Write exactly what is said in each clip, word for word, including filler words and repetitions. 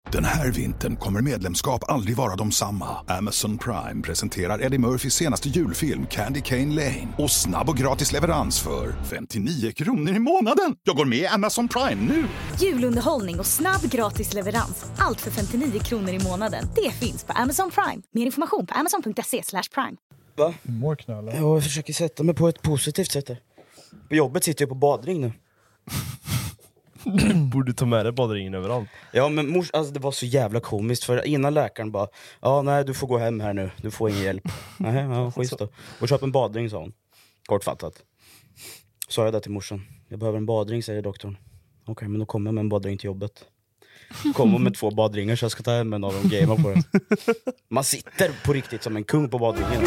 Den här vintern kommer medlemskap aldrig vara de samma. Amazon Prime presenterar Eddie Murphys senaste julfilm Candy Cane Lane. Och snabb och gratis leverans för femtionio kronor i månaden. Jag går med i Amazon Prime nu. Julunderhållning och snabb gratis leverans. Allt för femtionio kronor i månaden. Det finns på Amazon Prime. Mer information på amazon punkt se slash prime. Va? Mår knöla. Ja, jag försöker sätta mig på ett positivt sätt här. På jobbet sitter jag på badring nu. Du borde ta med dig badringen överallt. Ja, men mors, alltså det var så jävla komiskt. För innan läkaren bara, ja nej du får gå hem här nu. Du får ingen hjälp. Nej, ja schysst då. Och köp en badring, sa hon. Kortfattat. Sa jag det till morsan. Jag behöver en badring, säger doktorn. Okej, okay, men då kommer jag med en badring till jobbet. Kommer med två badringar så jag ska ta hem en av dem och gamea på den. Man sitter på riktigt som en kung på badringen.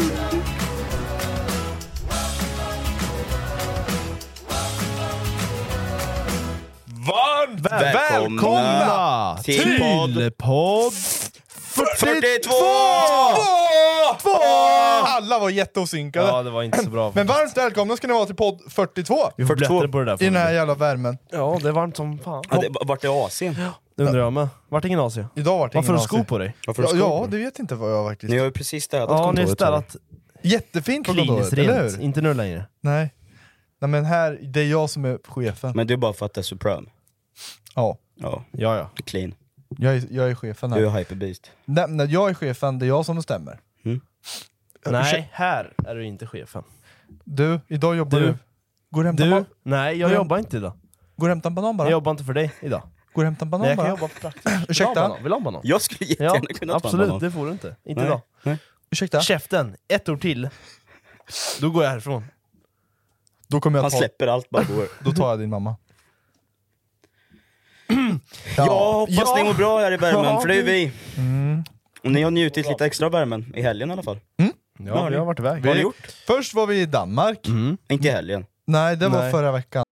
Varmt välkomna, välkomna till, till podd, podd fyrtiotvå! Två! Alla var jätteosynkade. Ja, det var inte så bra. Men varmt välkomna ska ni vara till podd fyrtiotvå. Vi får blättra på det där. I den här jävla värmen. Ja, det är varmt som fan. Ja, det, vart är A C:n? Ja, det undrar jag med. Vart är ingen A C? Idag var det Varför ingen har du sko på dig? Varför har Ja, du skor på ja, dig? det vet inte vad jag faktiskt. Ni har ju precis städat Ja, ni har kontoret. städat Jättefint på kontoret, kliniskt eller rent. hur? Inte nu längre. Nej. Nej, men här, det är jag som är chefen. Men det är bara för att det är Supreme. Ja, Ja, Ja, ja. clean. jag är, jag är chefen Du här. är hyperbeast. Nej, när jag är chefen, det är jag som bestämmer. Mm. Nej, här är du inte chefen. Du, idag jobbar Du. du. Går och hämta, Du? ba- Nej, jag Du. jobbar inte idag. går och hämta en banan bara. Jag jobbar inte för dig idag. Går och hämta en banan Nej, jag kan bara. jobba praktiskt. Ursäkta? Vill du ha en banan? Vill du ha en banan? Jag skulle jättegärna Ja, kunna ta en absolut. banan. Det får du inte. Inte Nej. idag. Nej. Ursäkta? Käften, ett ord till. Då går jag härifrån. Då kommer jag Han ta, släpper allt bara går. då tar jag din mamma. Ja, hoppas ja. ni mår bra här i värmen, Ja. för det är vi. Mm. Och ni har njutit lite extra av värmen, i helgen i alla fall. Ja, Ja, vi har varit iväg. Vad har ni gjort? Först var vi i Danmark. Mm. Inte i helgen. Nej, det var Nej. förra veckan.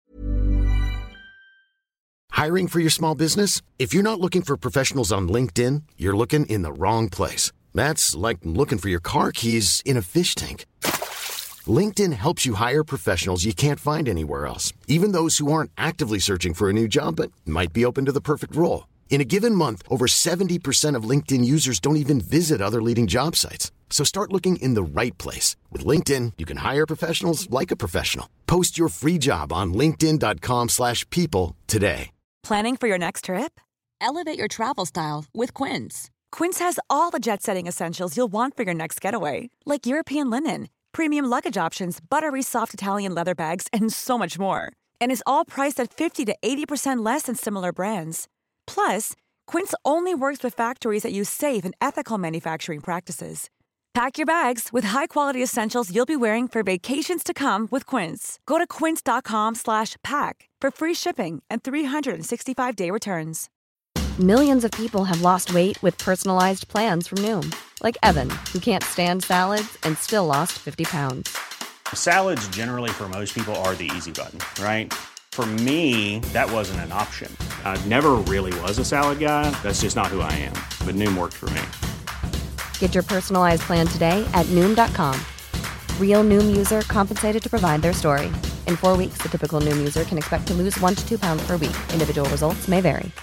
Hiring for your small business? If you're not looking for professionals on LinkedIn, you're looking in the wrong place. That's like looking for your car keys in a fish tank. LinkedIn helps you hire professionals you can't find anywhere else, even those who aren't actively searching for a new job but might be open to the perfect role. In a given month, over seventy percent of LinkedIn users don't even visit other leading job sites. So start looking in the right place. With LinkedIn, you can hire professionals like a professional. Post your free job on linkedin dot com slash people today. Planning for your next trip? Elevate your travel style with Quince. Quince has all the jet-setting essentials you'll want for your next getaway, like European linen, premium luggage options, buttery soft Italian leather bags, and so much more. And is all priced at fifty to eighty percent less than similar brands. Plus, Quince only works with factories that use safe and ethical manufacturing practices. Pack your bags with high-quality essentials you'll be wearing for vacations to come with Quince. Go to quince dot com slash pack for free shipping and three sixty-five day returns. Millions of people have lost weight with personalized plans from Noom. Like Evan, who can't stand salads and still lost fifty pounds. Salads generally for most people are the easy button, right? For me, that wasn't an option. I never really was a salad guy. That's just not who I am. But Noom worked for me. Get your personalized plan today at Noom dot com. Real Noom user compensated to provide their story. In four weeks, the typical Noom user can expect to lose one to two pounds per week. Individual results may vary.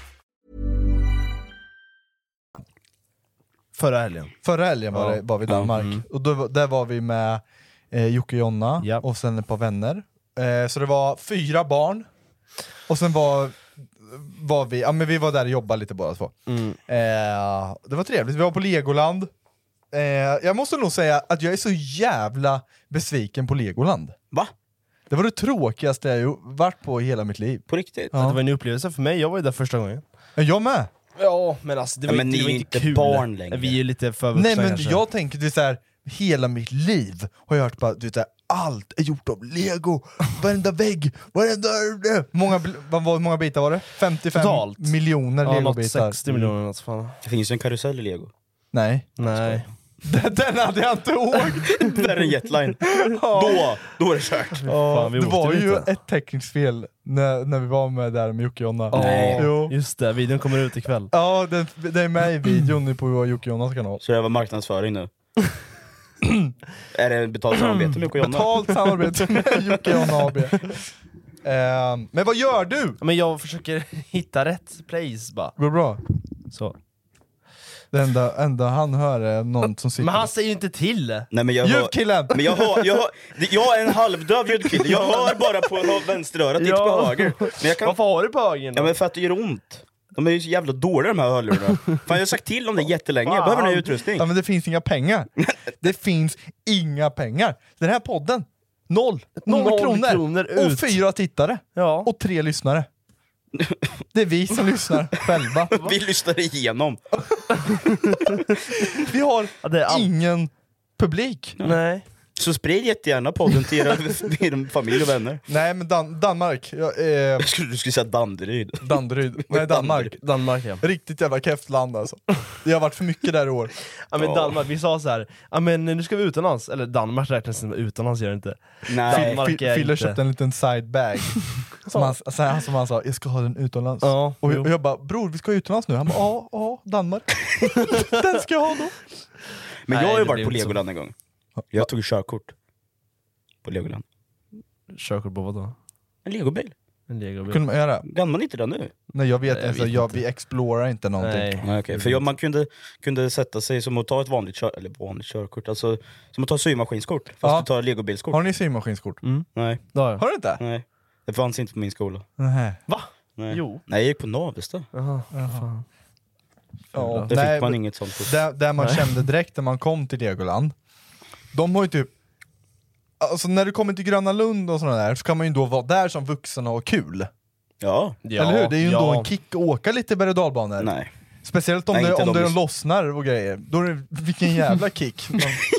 Förra helgen. Förra helgen var, Ja. det, var vi i Danmark. Mm. Och då, där var vi med eh, Jocke och Jonna Ja. och sen ett par vänner. Eh, så det var fyra barn. Och sen var, var vi, ja men vi var där och jobbade lite båda två. Mm. Eh, det var trevligt, vi var på Legoland. Eh, jag måste nog säga att jag är så jävla besviken på Legoland. Va? Det var det tråkigaste jag ju varit på i hela mitt liv. På riktigt? Ja. Det var en upplevelse för mig, jag var ju där första gången. Jag med. Ja, men alltså det var, Ja, men inte, ni det var är inte inte kul. barn längre. Vi är ju lite för vuxna Nej men kanske. jag tänker det så här, hela mitt liv har jag hört bara, du vet, så här, allt är gjort av Lego, varenda vägg, varenda... Många, vad var, många bitar var det? femtiofem Totalt. miljoner Ja, något Lego-bitar. sextio miljoner något fan. Det finns ju en karusell i Lego. Nej. Nej. Den, den hade jag inte ihåg! Där är en jetline. Då, då är det kört. Ja, Fan, vi det åkte var ju lite. ett tekniksfel när, när vi var med där med Jocke och Jonna. Nej. Jo. Just det, videon kommer ut ikväll. Ja, den, det är med i videon nu på Jocke och Jonnas kanal. Så det var marknadsföring nu. Är det betalt samarbete med Jocke och Jonna? Betalt samarbete med Jocke och Jonna A B. Eh, men vad gör du? Men jag försöker hitta rätt place bara. Går det bra? Så. Det enda, enda han hör är någon som sitter... Men han säger ju inte till. Nej, men jag hör, Ljudkillen! men jag hör, jag, hör, jag är en halvdöv ljudkille. Jag hör bara på vänsterörat, inte på höger. Men jag kan, Varför har du på högen då? ja, men för att det gör ont. De är ju så jävla dåliga de här hörlurarna. Fan, jag har sagt till om det jättelänge. Jag behöver en ny utrustning. Ja, men det finns inga pengar. Det finns inga pengar. Den här podden, noll. Noll, Noll kronor. kronor och ut. fyra tittare. Ja. Och tre lyssnare. Det är vi som lyssnar själva. Vi lyssnar igenom. Vi har Ja, det är allt. ingen publik. Nej. Så sprid jättegärna podden till era, era familj och vänner. Nej, men Dan- Danmark. Jag, eh, Jag skulle, du skulle säga Danderyd. Danderyd. Nej, Danmark. Danmark, ja. Riktigt jävla keft land alltså. Det har varit för mycket där i år. Ja, men Ja. Danmark, vi sa så här. Ja, men nu ska vi utomlands. Eller Danmark räknas som utomlands, gör det inte. Nej. Danmark F- är Fille inte- köpte en liten sidebag. Som han, så här, som han sa, jag ska ha den utomlands. Ja, och, jag, jo. och jag bara, bror vi ska utomlands nu. Han bara, ja, ja, Danmark. Den ska jag ha då. Men Nej, jag har ju det varit blir på inte så. Legoland en gång. Jag tog körkort på Legoland. Körkort på vad då? En legobil. En legobil. Kunde man göra? Kan man inte det nu? Nej, jag vet Jag inte. vet Jag, inte. vi explorar inte någonting. Nej. Nej, okay. För jag, man kunde, kunde sätta sig som att ta ett vanligt, kör, eller vanligt körkort, alltså som att ta symaskinskort, fast Ja. du tar legobilskort. Har ni symaskinskort? Mm. Nej, Då har jag. Har du inte? nej. Det fanns inte på min skola. Nej. Va? Nej. Jo. Nej, jag gick på Navesta. Jaha. Jaha. Ja, Där nej, fick man inget sånt kort. där, där man Nej. kände direkt när man kom till Legoland. De har ju typ... Alltså när du kommer till Gröna Lund och sådana där så kan man ju då vara där som vuxen och ha kul. Ja. Ja, Eller hur? Det är ju ja. då en kick att åka lite berg- och dalbanor. Nej. Speciellt om, Nej, det, inte om de det is- lossnar och grejer. Då är det, vilken jävla kick.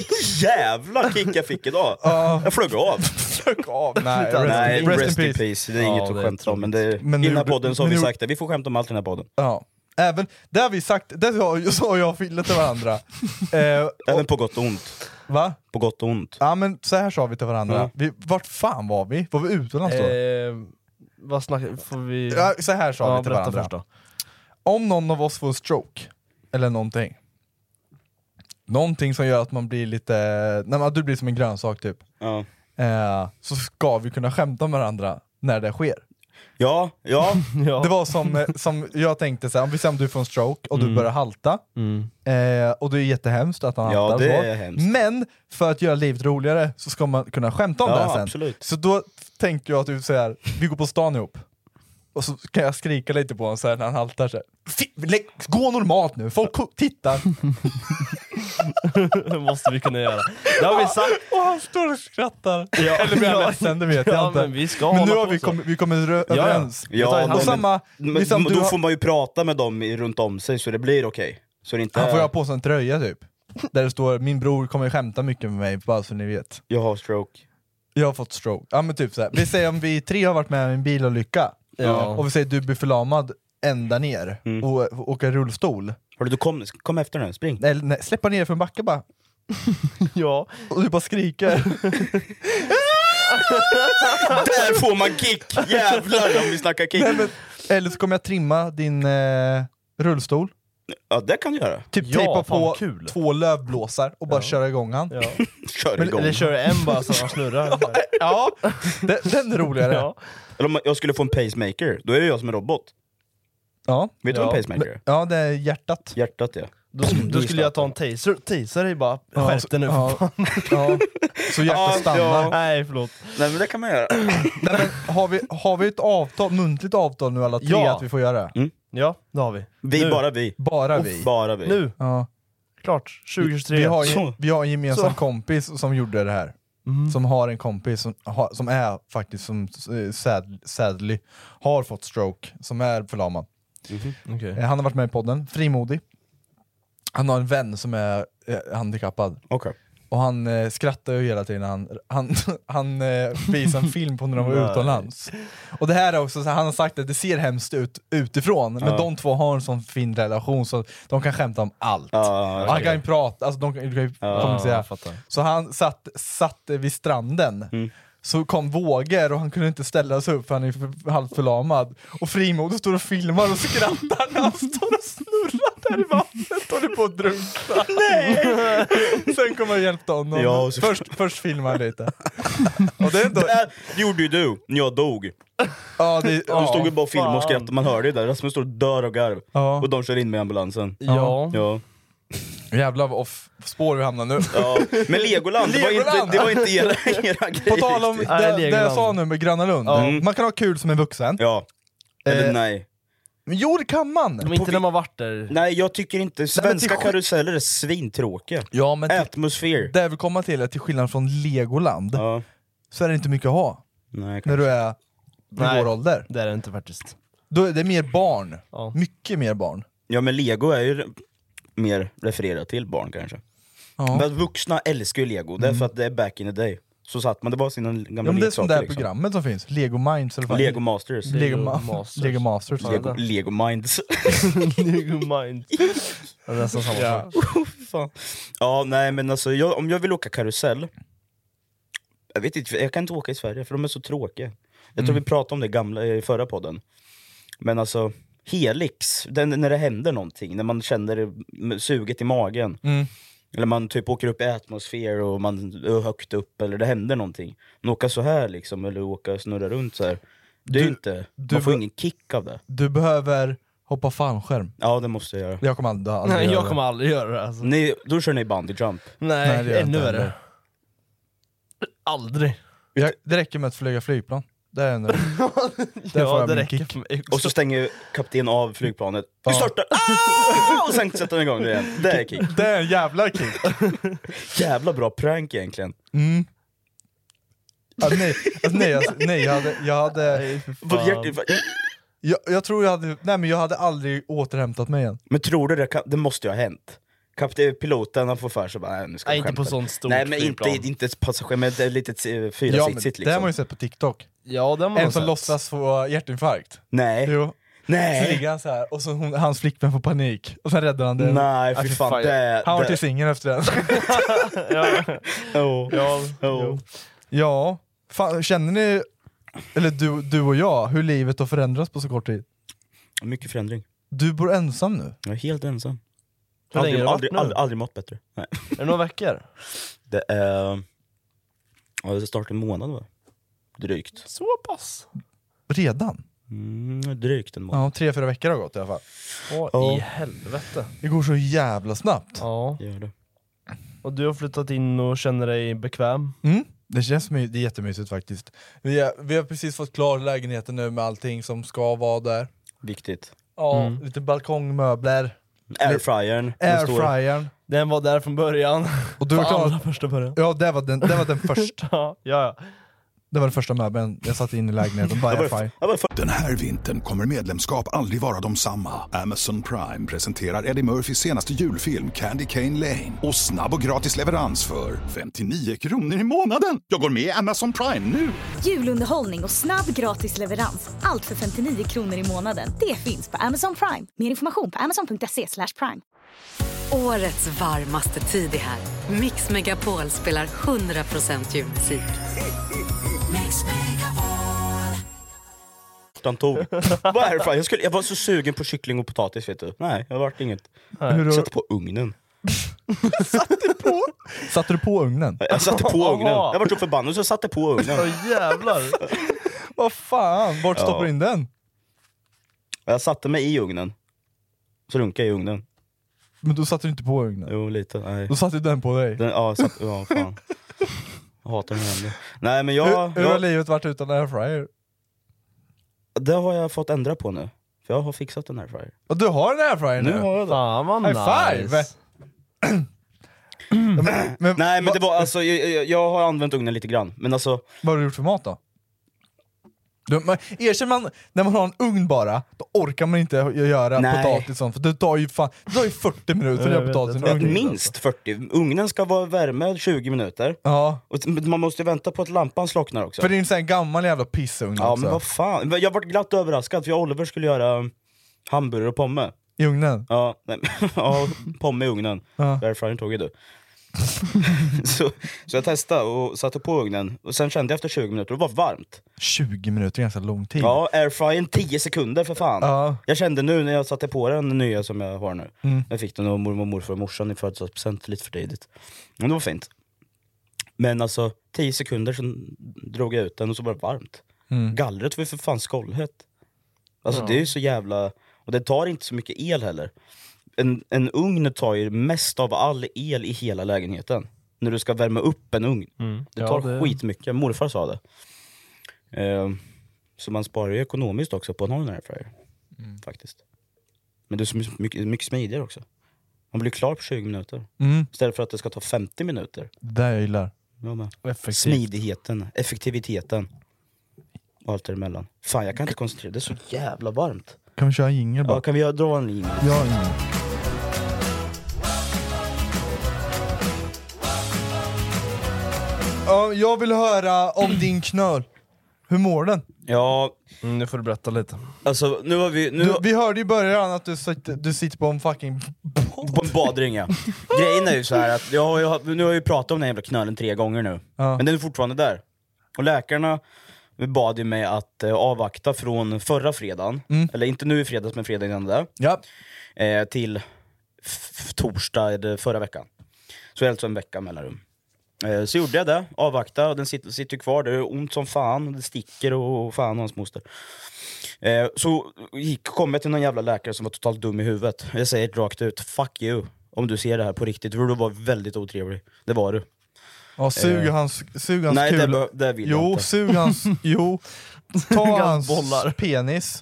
Jävla kick jag fick idag. Ja. Jag flög av. Sök av. Nej, Lite rest, Nej, rest, rest in in peace. peace. Det är Ja, inget att det är skämta om. Men det, Men i nu- den här podden så har men vi nu- sagt det. Vi får skämta om allt i den här podden. Ja. Även, det har vi sagt, det sa, sa jag och Fille till varandra. eh, Även och, på gott och ont. va? På gott och ont. Ja men så här sa vi till varandra. Ja. Vi, vart fan var vi? Var vi utomlands då? Eh, vad snackar får vi... Ja, så här sa Ja, vi till berätta varandra. först då. Om någon av oss får en stroke, eller någonting. Någonting som gör att man blir lite, nej, men du blir som en grönsak typ. Ja. Eh, så ska vi kunna skämta med varandra när det sker. Ja, ja. Ja. Det var som, eh, som jag tänkte så här, om vi säger om du får en stroke och du Mm. börjar halta. Mm. Eh, och det är jättehemskt att han Ja, haltar det och så. är hemskt. Men för att göra livet roligare så ska man kunna skämta om Ja, det här sen. absolut. Så då tänker jag att du säger, vi går på stan ihop. Och så kan jag skrika lite på honom så här, när han haltar så här. "Fi- lä- Gå normalt nu, folk ko- tittar. Det måste vi kunna göra. Det har vi sagt. Och han står och skrattar. Ja. Eller blir han Ja. ledsen, det vet jag Ja, inte. men vi ska Men hålla nu har på vi så. kommit, vi kommit rö- Ja, ja. överens. Ja, och men, samma, men, liksom, men du då har, får man ju prata med dem i- runt om sig så det blir okej. Så det inte han får är, ha på sig en tröja typ. Där det står, min bror kommer skämta mycket med mig, bara så ni vet. jag har stroke. Jag har fått stroke. Ja men typ så här. Vi säger om vi tre har varit med i en bilolycka. Ja. Och vi säger du blir förlamad ända ner Mm. och, och åker rullstol. Hörru, du kom, kom efter nu, spring. Eller nej, släppa ner för en backe bara. Ja. Och du bara skriker. Där får man kick! Jävlar om vi snackar kick. Nej, men, eller så kommer jag trimma din eh, rullstol. Ja, det kan du göra. Typ Ja, tejpa fan på vad kul. två lövblåsar och bara Ja. köra igång han. Ja. Kör Men, igång. eller kör en bara så han snurrar. Ja, den, den är roligare. Ja. Eller om jag skulle få en pacemaker, då är det jag som är robot. Ja. Vet du Ja. vad en pacemaker är? Ja, det är hjärtat. Hjärtat, ja. Då, då skulle jag ta en taser. Taser är bara, skärp dig nu. Ja, ja. Så hjärtat Ja, stannar. ja. Nej, förlåt. Nej men det kan man göra. Nej, men har, vi, har vi ett avtal, muntligt avtal nu alla tre Ja. att vi får göra? Ja, det har vi. Vi, Nu. bara vi. Bara vi. Bara vi. Nu, Ja. klart. tjugohundratjugotre. Vi, har ju, Så. vi har en gemensam Så. kompis som gjorde det här. Mm. Som har en kompis som, har, som är faktiskt som eh, sad, sadly har fått stroke, som är förlamad. Okej. Eh, Han har varit med i podden, frimodig. Han har en vän som är eh, handikappad. Okej. Och han eh, skrattar ju hela tiden. Han, han, han eh, visar en film på när de var Nej. utomlands. Och det här är också, så han har sagt att det ser hemskt ut utifrån. Men Ja. de två har en sån fin relation så de kan skämta om allt. Ja, Och han kan ju prata, alltså de kan, de kan ju Ja, kommunicera. jag fattar. Så han satt, satt vid stranden. Mm. Så kom vågor och han kunde inte ställa sig upp för han är för, halvt förlamad. Och Frimodig står och filmar och skrattar när han står och snurrar där i vattnet och är på att drunkna. Nej! Sen kommer jag hjälpa honom. Ja, och så- först, först filmar han lite. Och det är ändå... Det gjorde ju du, när jag dog. Ja, det, Du ja, stod ju bara och filmade och fan. skrattade, man hörde ju det. Rasmus står och dör och garv. ja. Och de kör in med ambulansen. Ja. Ja. Jävlar vad off spår vi hamnar nu. Ja, men Legoland, det var inte, det var inte era, era grejer. På tal om riktigt. det, det jag sa nu med Gröna Lund. Mm. Man kan ha kul som en vuxen. Ja, eller Eh, nej. Men jo, det kan man. Men inte när man varit där. Nej, jag tycker inte, svenska till- karuseller är svintråkiga. Ja, men till, Atmosfär. det jag vill komma till är till skillnad från Legoland Ja, så är det inte mycket att ha nej, när kanske. du är i Nej. vår ålder. Det är det inte faktiskt. Då är det mer barn. Ja. Mycket mer barn. Ja, men Lego är ju mer refererat till barn kanske. Ja. Men vuxna älskar ju Lego, det är för att det är back in the day. Så satt man, det var sina gamla Ja, men det är som det här liksom. programmet som finns. Lego Minds eller vad? Lego Masters. Lego, Lego Ma- Masters. Lego Masters. Ja, Lego, det. Lego Minds. Lego Mind. Det är nästan samma Ja. sak. Fan. Ja, nej men alltså, jag, om jag vill åka karusell, jag vet inte, jag kan inte åka i Sverige för de är så tråkiga. Jag tror vi pratade om det gamla i förra podden. Men alltså, Helix, den, när det händer någonting, när man känner suget i magen. Mm. Eller man typ åker upp i atmosfär och man är högt upp, eller det händer någonting. Men åka så här liksom, eller åka snurra runt så här. Det är Du- ju inte, du man får be- ingen kick av det. Du behöver hoppa fallskärm. Ja, det måste jag göra. Jag kommer aldrig, aldrig Nej, göra jag det. kommer aldrig göra det alltså. Ni, då kör ni bungee jump. Nej, Nej, det gör jag ännu inte värre. heller. Aldrig. Jag, det räcker med att flyga flygplan. Det är en, där får Ja, jag det min räcker kick. för mig. Och så stänger kapten av flygplanet. Ja. Vi startar! Ah! Och sen sätter den igång det igen. Det är kick. Det är en jävla kick. Jävla bra prank egentligen. Mm. Alltså, nej, alltså, nej, alltså, nej, jag hade, jag hade Nej, för Vad fan. hjärt- jag, jag tror jag hade, nej men jag hade aldrig återhämtat mig igen. Men tror du det, kan- det måste ju ha hänt? Kapten, piloten, han får för sig bara, nej, nu ska Nej, vi inte skämta. på sånt stort Nej, men inte, flygplan. inte ett passager, men ett litet eh, Ja, men fyrasitsigt det har liksom. man ju sett på TikTok. Ja, det har man En nog som sett. låtsas få hjärtinfarkt. Nej. Jo. Så Nej. ligger han så här och så hon, hans flickvän får panik och sen räddar han det. Nej, Ja, fy fy fan. fan. Det, Han var det- till singel efter den. Ja, Oh. ja, Oh. jo. Ja, fan, känner ni, eller du, du och jag, hur livet har förändrats på så kort tid? Mycket förändring. Du bor ensam nu. Jag är helt ensam. Hur länge Aldrig, har du aldrig, varit nu? aldrig, aldrig mått bättre. Nej. Är det några veckor? Det är... Ja, det startar en månad va? Drygt. Så pass? Redan? Mm, drygt en månad. Ja, tre, fyra veckor har gått i alla fall. Åh, Ja. i helvete. Det går så jävla snabbt. Ja. Gör det. Och du har flyttat in och känner dig bekväm? Mm. Det känns my- det är jättemysigt faktiskt. Vi, är, vi har precis fått klar lägenheten nu med allting som ska vara där. Viktigt. Ja, Mm. lite balkongmöbler, Airfryern. den står- airfryern. Den var där från början. Och du har Från allra klarat... första början. Ja, det var den, det var den första. Ja, ja. Det var den första möbeln jag satte in i lägenheten, bara Jag airfry. bara- jag bara- Den här vintern kommer medlemskap aldrig vara de samma. Amazon Prime presenterar Eddie Murphys senaste julfilm Candy Cane Lane. Och snabb och gratis leverans för femtionio kronor i månaden. Jag går med i Amazon Prime nu! Julunderhållning och snabb gratis leverans. Allt för femtionio kronor i månaden. Det finns på Amazon Prime. Mer information på amazon punkt se slash prime. Årets varmaste tid är här. Mix Megapol spelar hundra procent julmusik. Han tog. Vad är det för? Jag, skulle, jag var så sugen på kyckling och potatis vet du. Nej, jag vart inget. Hur Jag har- satte på ugnen. Satte du på ugnen? Jag satte på ugnen. Jag var så förbannad så jag satte på ugnen. Åh jävlar. Vad fan, vart Ja. stoppar du in den? Jag satte mig i ugnen. Så runkade jag i ugnen. Men då satte du inte på ugnen. Jo, lite. Nej. Då satte du den på dig. Den, ja, satt, ja, fan. Jag hatar den händer. Nej, men jag... hur hur har jag livet varit utan airfryer? det har jag fått ändra på nu. För jag har fixat den här fryer. Och du har en airfryer nu? Nu har jag det. Fan vad High nice. five! men, men, Nej, men va- det var alltså, jag, jag, jag har använt ugnen lite grann. Men alltså, Vad har du gjort för mat då? Du, man, erkänner man, när man har en ugn bara, då orkar man inte göra Nej. potatis och sånt, för det tar ju, fan, det tar ju fyrtio minuter att Jag göra vet, potatis i en jag ugn. minst fyrtio. Ugnen ska vara värme tjugo minuter. Ja, Och man måste ju vänta på att lampan slocknar också. för det är en sån här gammal jävla pissugn Ja, också. men vad fan. Jag var glatt överraskad för jag och Oliver skulle göra hamburgare och pomme. I ugnen. Ja, nej, ja pomme i ugnen. Ja. Airfryern tog ju du. så, så jag testade och satte på ugnen. Och sen kände jag efter tjugo minuter, det var varmt. tjugo minuter är ganska lång tid. Ja, airfryern tio sekunder för fan. Ja. Jag kände nu när jag satte på den nya som jag har nu. Mm. Jag fick den av mormor och morfar och morsan i födelsedagspresent lite för tidigt. Men det var fint. Men alltså, tio sekunder så drog jag ut den och så var det varmt. Mm. Gallret var ju för fan skållhett. Alltså Ja. det är ju så jävla... Och det tar inte så mycket el heller. en, en ugn tar ju mest av all el i hela lägenheten. När du ska värma upp en ugn. Mm. Det Ja, tar det- skitmycket, morfar sa det. Eh, så man sparar ju ekonomiskt också på en håll airfryer. Mm. Faktiskt. Men det är så mycket, mycket smidigare också. Man blir klar på tjugo minuter. Mm. Istället för att det ska ta femtio minuter. Det jag gillar. Ja, men. Effektivt. Smidigheten, effektiviteten. Och allt däremellan. Fan, jag kan inte koncentrera, det är så jävla varmt. Kan vi köra en jingel bara? Ja, kan vi dra en linje? Ja, ingen. Ja, jag vill höra om din knöl. Hur mår den? Ja, Mm, nu får du berätta lite. alltså nu har vi... Nu Du, vi hörde i början att du sitter, du sitter på en fucking... på en badring, ja. Grejen är ju så här att jag har, jag har, nu har jag ju pratat om den jävla knölen tre gånger nu. Ja. Men den är fortfarande där. Och läkarna bad ju mig att eh, avvakta från förra fredagen, Mm. eller inte nu i fredags men fredagen innan det, Ja. eh, till f- torsdag eller förra veckan. Så alltså en vecka mellanrum. Eh, så gjorde jag det, avvakta, och den sitter, sitter ju kvar, det är ont som fan, det sticker och fan och hans moster. Eh, så gick, kom jag till någon jävla läkare som var totalt dum i huvudet. Jag säger rakt ut, fuck you, om du ser det här på riktigt, för du var väldigt otrevlig. Det var du. Ja, sug Eh. hans, sug hans Nej, det, kul. bör- det vill jag Jo, inte. sug hans... Jo. Ta hans bollar. penis.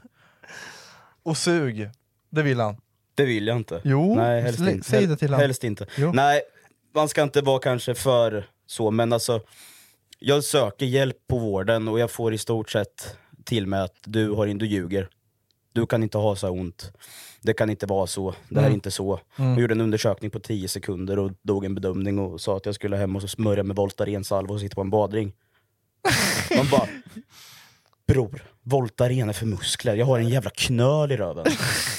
Och sug. Det vill han. Det vill jag inte. Jo, Nej, helst sä- inte. säg det till han. Helst inte. Jo. Nej, man ska inte vara kanske för så, men alltså jag söker hjälp på vården och jag får i stort sett till mig att du har in, du ljuger. Du kan inte ha så ont. Det kan inte vara så. Det här är Mm. inte så. Mm. Jag gjorde en undersökning på tio sekunder och dog en bedömning och sa att jag skulle hem och så smörja med Voltaren salva och sitta på en badring. Man bara, bror, Voltaren är för muskler. Jag har en jävla knöl i röven.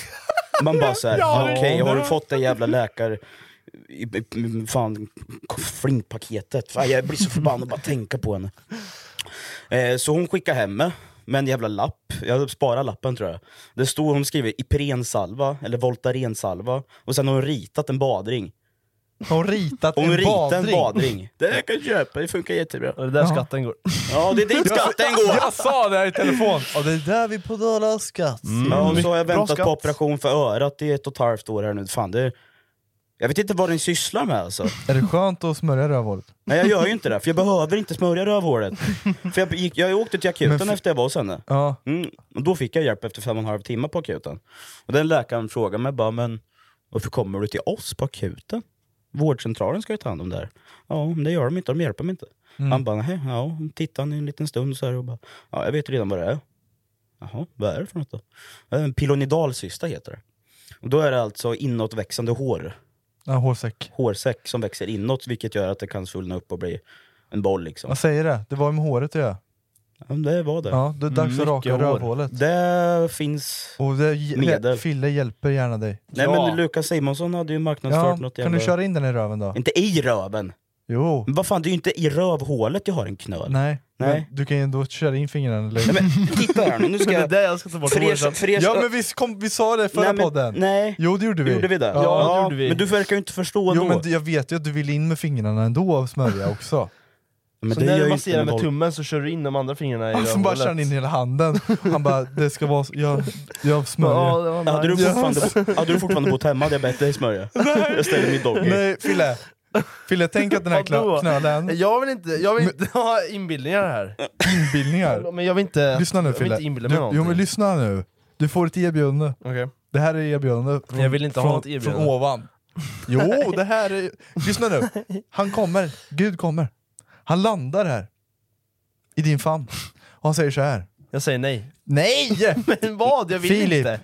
Man bara såhär, Ja, okej, har du det- fått en jävla läkare i, i, i fan, flingpaketet? Fan, jag blir så förbannad bara tänka på henne. Eh, så hon skickar hem mig med en jävla lapp. Jag sparar lappen tror jag. Det stod, hon skriver Ipren-salva eller Voltaren-salva. Och sen har hon ritat en badring. Har hon ritat Hon en ritat badring? en badring. Det jag kan köpa, det funkar jättebra. Och det är där skatten går. Ja, det är dit skatten går. Jag sa det här i telefon. Och det är där vi betalar skatt. Mm. Ja, och så har jag Bra väntat skatt. på operation för örat i ett och ett halvt år här nu. Fan, det... Jag vet inte vad den sysslar med alltså. Är det skönt att smörja rövhålet? Nej, jag gör ju inte det, för jag behöver inte smörja rövhålet. För jag, gick, jag åkte till akuten Men f- efter jag var hos henne. Ja. Mm, och då fick jag hjälp efter fem och en halv timme på akuten. Och den läkaren frågade mig bara, men varför kommer du till oss på akuten? Vårdcentralen ska ju ta hand om det här. Ja, men det gör de inte, de hjälper mig inte. Mm. Han bara, nej, ja, tittade han en liten stund så här och bara, ja, jag vet redan vad det är. Jaha, vad är det för något då? En pilonidalcysta heter det. Och då är det alltså inåtväxande hår. Ja, hårsäck. Hårsäck som växer inåt, vilket gör att det kan svullna upp och bli en boll liksom. Vad säger det? Det var med håret att göra. Ja, det var det. Ja, det är dags Mycket att raka hår. rövhålet. Det finns... Och det, Medel. Fille hjälper gärna dig. Nej, Ja. men Lukas Simonsson hade ju marknadsfört Ja, något kan jävla... du köra in den i röven då? Inte i röven! Jo. Men vad fan, det är ju inte i rövhålet jag har en knöl. Nej. Nej. Men du kan ju ändå köra in fingrarna. Eller? Nej, men titta här nu, nu ska Men det är jag... det jag ska ta bort För er, håret. för er, Ja men vi, kom, vi sa det i förra nej, men, podden. Nej, Jo det gjorde vi. gjorde vi det? Ja. det gjorde vi. Men du verkar ju inte förstå Jo då. men jag vet ju att du vill in med fingrarna ändå och smörja också. Men Så det när gör du ju masserar inte med boll. tummen så kör du in de andra fingrarna i Och så bara kör han in hela handen. Han bara, det ska vara, jag, jag smörjer. Ja, det var nice. Hade du fortfarande, hade du fortfarande bott hemma hade jag bett dig smörja. Jag ställer min doggy. Nej Fille, Fille tänk att den här Vadå? knö- knölen, Jag vill inte, jag vill inte ha inbildningar här. inbildningar. Men jag vill inte, Lyssna nu jag vill Fille. inte inbilla Du, mig jo någonting. men lyssna nu. Du får ett erbjudande. Okej. Det här är erbjudande från, Jag vill inte ha från, något erbjudande. från ovan. Jo, det här är... Lyssna nu. Han kommer, Gud kommer. Han landar här. I din famn. Och han säger så här. Jag säger nej. Nej! Men vad? Jag vill Filip. inte.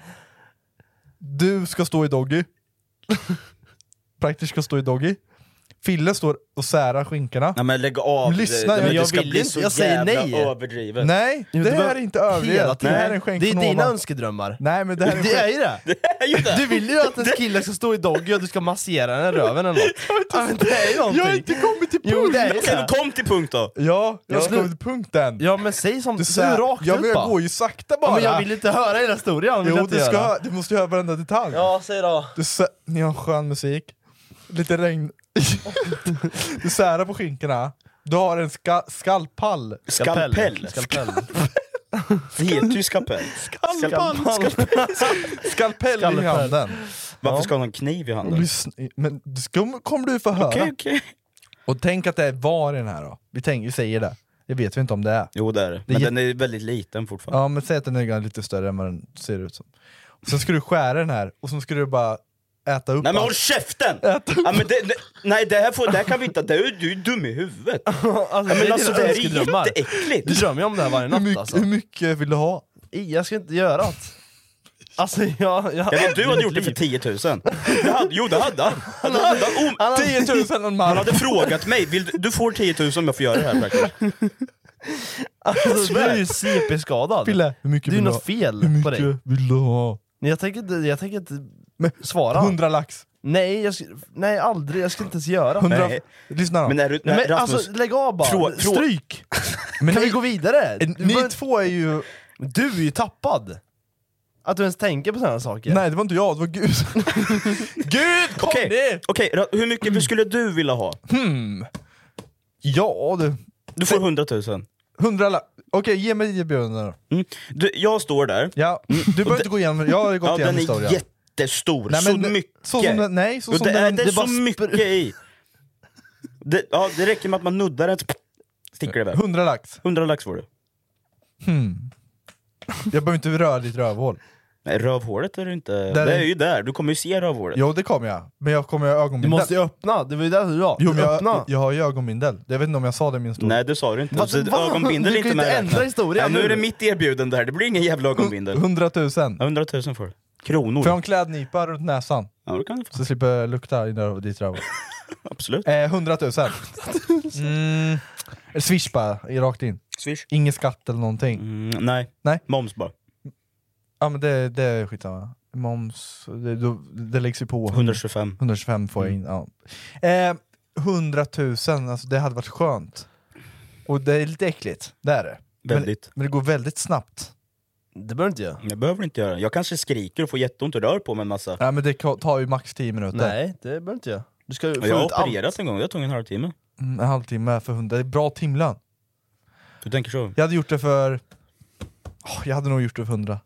Du ska stå i doggy. Praktiskt ska stå i doggy. Fille står och särar skinkorna. Nej men lägg av. Men lyssna, det, men det jag ska vill bli inte, så jag säger jävla nej. överdrivet. Nej, Jo, det det här var är inte överdrivet. Det här är en skänk Det är från dina ovan. önskedrömmar. Nej men det här är en Det är skänk. ju det! Du vill ju att en kille ska stå i doggy och du ska massera den i röven eller något. Ja, men det är ju någonting. Jag har inte kommit till punkt. Jo, det är ju Okej, det. men kom till punkt då. Ja, jag Ja. ska kommit till punkten. Ja men säg som Du du säger, rakt ja, ut men jag bara. går ju sakta bara. Ja, men jag vill inte höra hela historien. Vill Jo, jag inte du, ska, göra. hö- du måste höra varenda detalj. Ja, säg då. Du sä- ni har skön musik. Lite regn. Du särar på skinkorna. Du har en ska- skalpall. Skalpell. Skalpell. Det heter ju skalpell. Skalpell. Skalpell i handen. Varför ska han ha en kniv i handen? Lyssna, men det ska, kommer du få höra. Okej, okej. Och tänk att det är var i den här då. Vi, tänker, vi säger det. Det vet vi inte om det är. Jo, det är det. Men det är den är väldigt liten fortfarande. Ja, men säg att den är lite större än vad den ser ut som. Och sen ska du skära den här och sen ska du bara äta upp. Nej, men håll käften! Ja, men det, det, nej, det här, får, det här kan vi inte. Det är, du är dum i huvudet. Alltså, ja, men alltså, det här är drömmar. jätteäckligt. Du drömmer ju om det här varje natt. Hur mycket, alltså. hur mycket vill du ha? Jag ska inte göra det. Alltså jag... jag, jag vet, du hade gjort det för tio tusen. Det hade, jo, det hade han. Han hade, oh, tio tusen en man. Han hade frågat mig, vill, du får tio tusen om jag får göra det här faktiskt. Alltså, du är ju C P-skadad. Pille, hur mycket det är ju vill något ha? fel hur mycket på dig. Vill du ha? Nej, jag tänker inte, jag tänker inte Men, svara. hundra lax. Nej, jag, sk- nej, aldrig. Jag ska inte ens göra. hundra. Nej. Lyssna då. Men, är du, Nej, nej, men Rasmus, alltså, lägg av bara. Frå- frå- Stryk. Men kan ni, vi gå vidare? en, Du ni bör- två är ju... Du är ju tappad. Att du ens tänker på sådana saker. Nej, det var inte jag, det var Gud. Gud, kom Okej, ner! okej, Ra- hur mycket skulle du vilja ha? Hmm. Ja, du. Du får hundratusen. Hundra lax. Okej, ge mig erbjudanden då. Mm. Du, jag står där. Ja, du behöver inte gå igenom, jag har gått Ja, igenom den historien. är jättestor, Nej, men så det- mycket. Så som den, nej, så Jo, som det, är, den... det är det så bara spr- mycket i. Det, ja, det räcker med att man nuddar den, så sticker det iväg. Hundra lax. Hundra lax får du. Hmm. Jag behöver inte röra ditt rövhål. Nej, rövhålet är det inte. Där det är- är ju där, du kommer ju se rövhålet. Jo, det kommer jag. Men jag kommer ha Du ögonbindel. måste ju öppna, det var ju det du sa. Jo, men öppna. jag, jag har ju ögonbindel. Jag vet inte om jag sa det i min story. Nej, det sa du inte. Vad- Så vad? ögonbindel Du är kan inte ju med. inte ändra historien Nej, nu nu. är det mitt erbjudande här, det blir ingen jävla ögonbindel. Hundratusen. Ja, hundratusen får du. Kronor. Får jag en klädnypa runt näsan? Ja, det kan du få. Så jag slipper lukta i där- ditt rövhål. Absolut. Eh, hundratusen. Mm. Swish bara, i- rakt in. Swish. Ingen skatt eller någonting. Mm, nej. Nej. Moms bara. Ja, men det, det är skitsamma. Moms, det, då, det läggs ju på. hundratjugofem. hundratjugofem får jag in, ja. Eh, hundratusen, alltså det hade varit skönt. Och det är lite äckligt, det är det. Väldigt. Men, men det går väldigt snabbt. Det behöver inte göra. Jag behöver inte göra. Jag kanske skriker och får jätteont och rör på mig en massa. Ja, men det ka- tar ju max tio minuter. Nej, det behöver inte göra. Du ska ju få Jag har ut allt. opererat en gång, jag tog en halvtimme. Mm, en halvtimme för hundra, det är bra timlön. Du tänker så? Jag hade gjort det för... Åh, jag hade nog gjort det för hundra.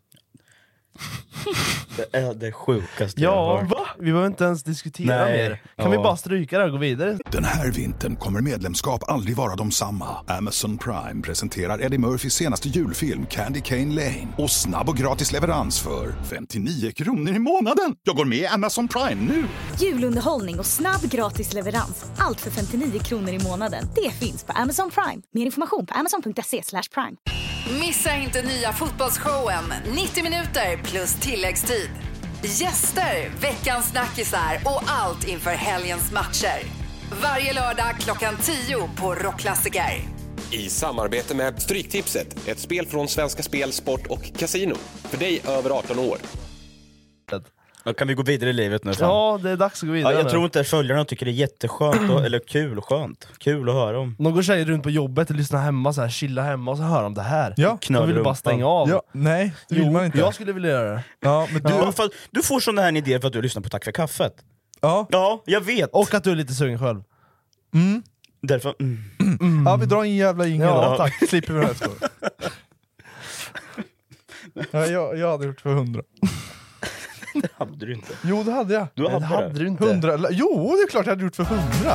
Det är det sjukaste jag Ja, har. va? Vi behöver inte ens diskutera Nej. mer. Kan Ja. vi bara stryka det och gå vidare? Den här vintern kommer medlemskap aldrig vara de samma. Amazon Prime presenterar Eddie Murphys senaste julfilm Candy Cane Lane. Och snabb och gratis leverans för femtionio kronor i månaden. Jag går med i Amazon Prime nu! Julunderhållning och snabb gratis leverans. Allt för femtionio kronor i månaden. Det finns på Amazon Prime. Mer information på amazon punkt se slash prime. Missa inte nya fotbollsshowen nittio minuter plus tilläggstid. Gäster, veckans snackisar och allt inför helgens matcher. Varje lördag klockan tio på Rockklassiker. I samarbete med Stryktipset, ett spel från Svenska Spel, Sport och Casino. För dig över arton år. Ja, kan vi gå vidare i livet nu? Fan? Ja, det är dags att gå vidare Ja, jag nu. tror inte följarna tycker det är jätteskönt och, eller kul och skönt. Kul att höra om. Någon tjejer runt på jobbet och lyssnar hemma så här, chilla hemma och så hör de det här. Ja. De vill bara rumpan. stänga av. Ja, nej, det vill Jo, man inte. jag skulle vilja göra det. Ja, men du... Du, för, du får sådana här idéer för att du lyssnar på Tack för kaffet. Ja. Ja, jag vet. Och att du är lite sugen själv. Mm. Därför, mm. Ja, vi drar en jävla ingel Ja, då. tack. Slipper vi det här skåret. Ja, jag, jag hade gjort för hundra. Det hade du inte. Jo, det hade jag. Du hade, Det hade det. du inte. Hundra. Jo, det är klart jag hade gjort för hundra.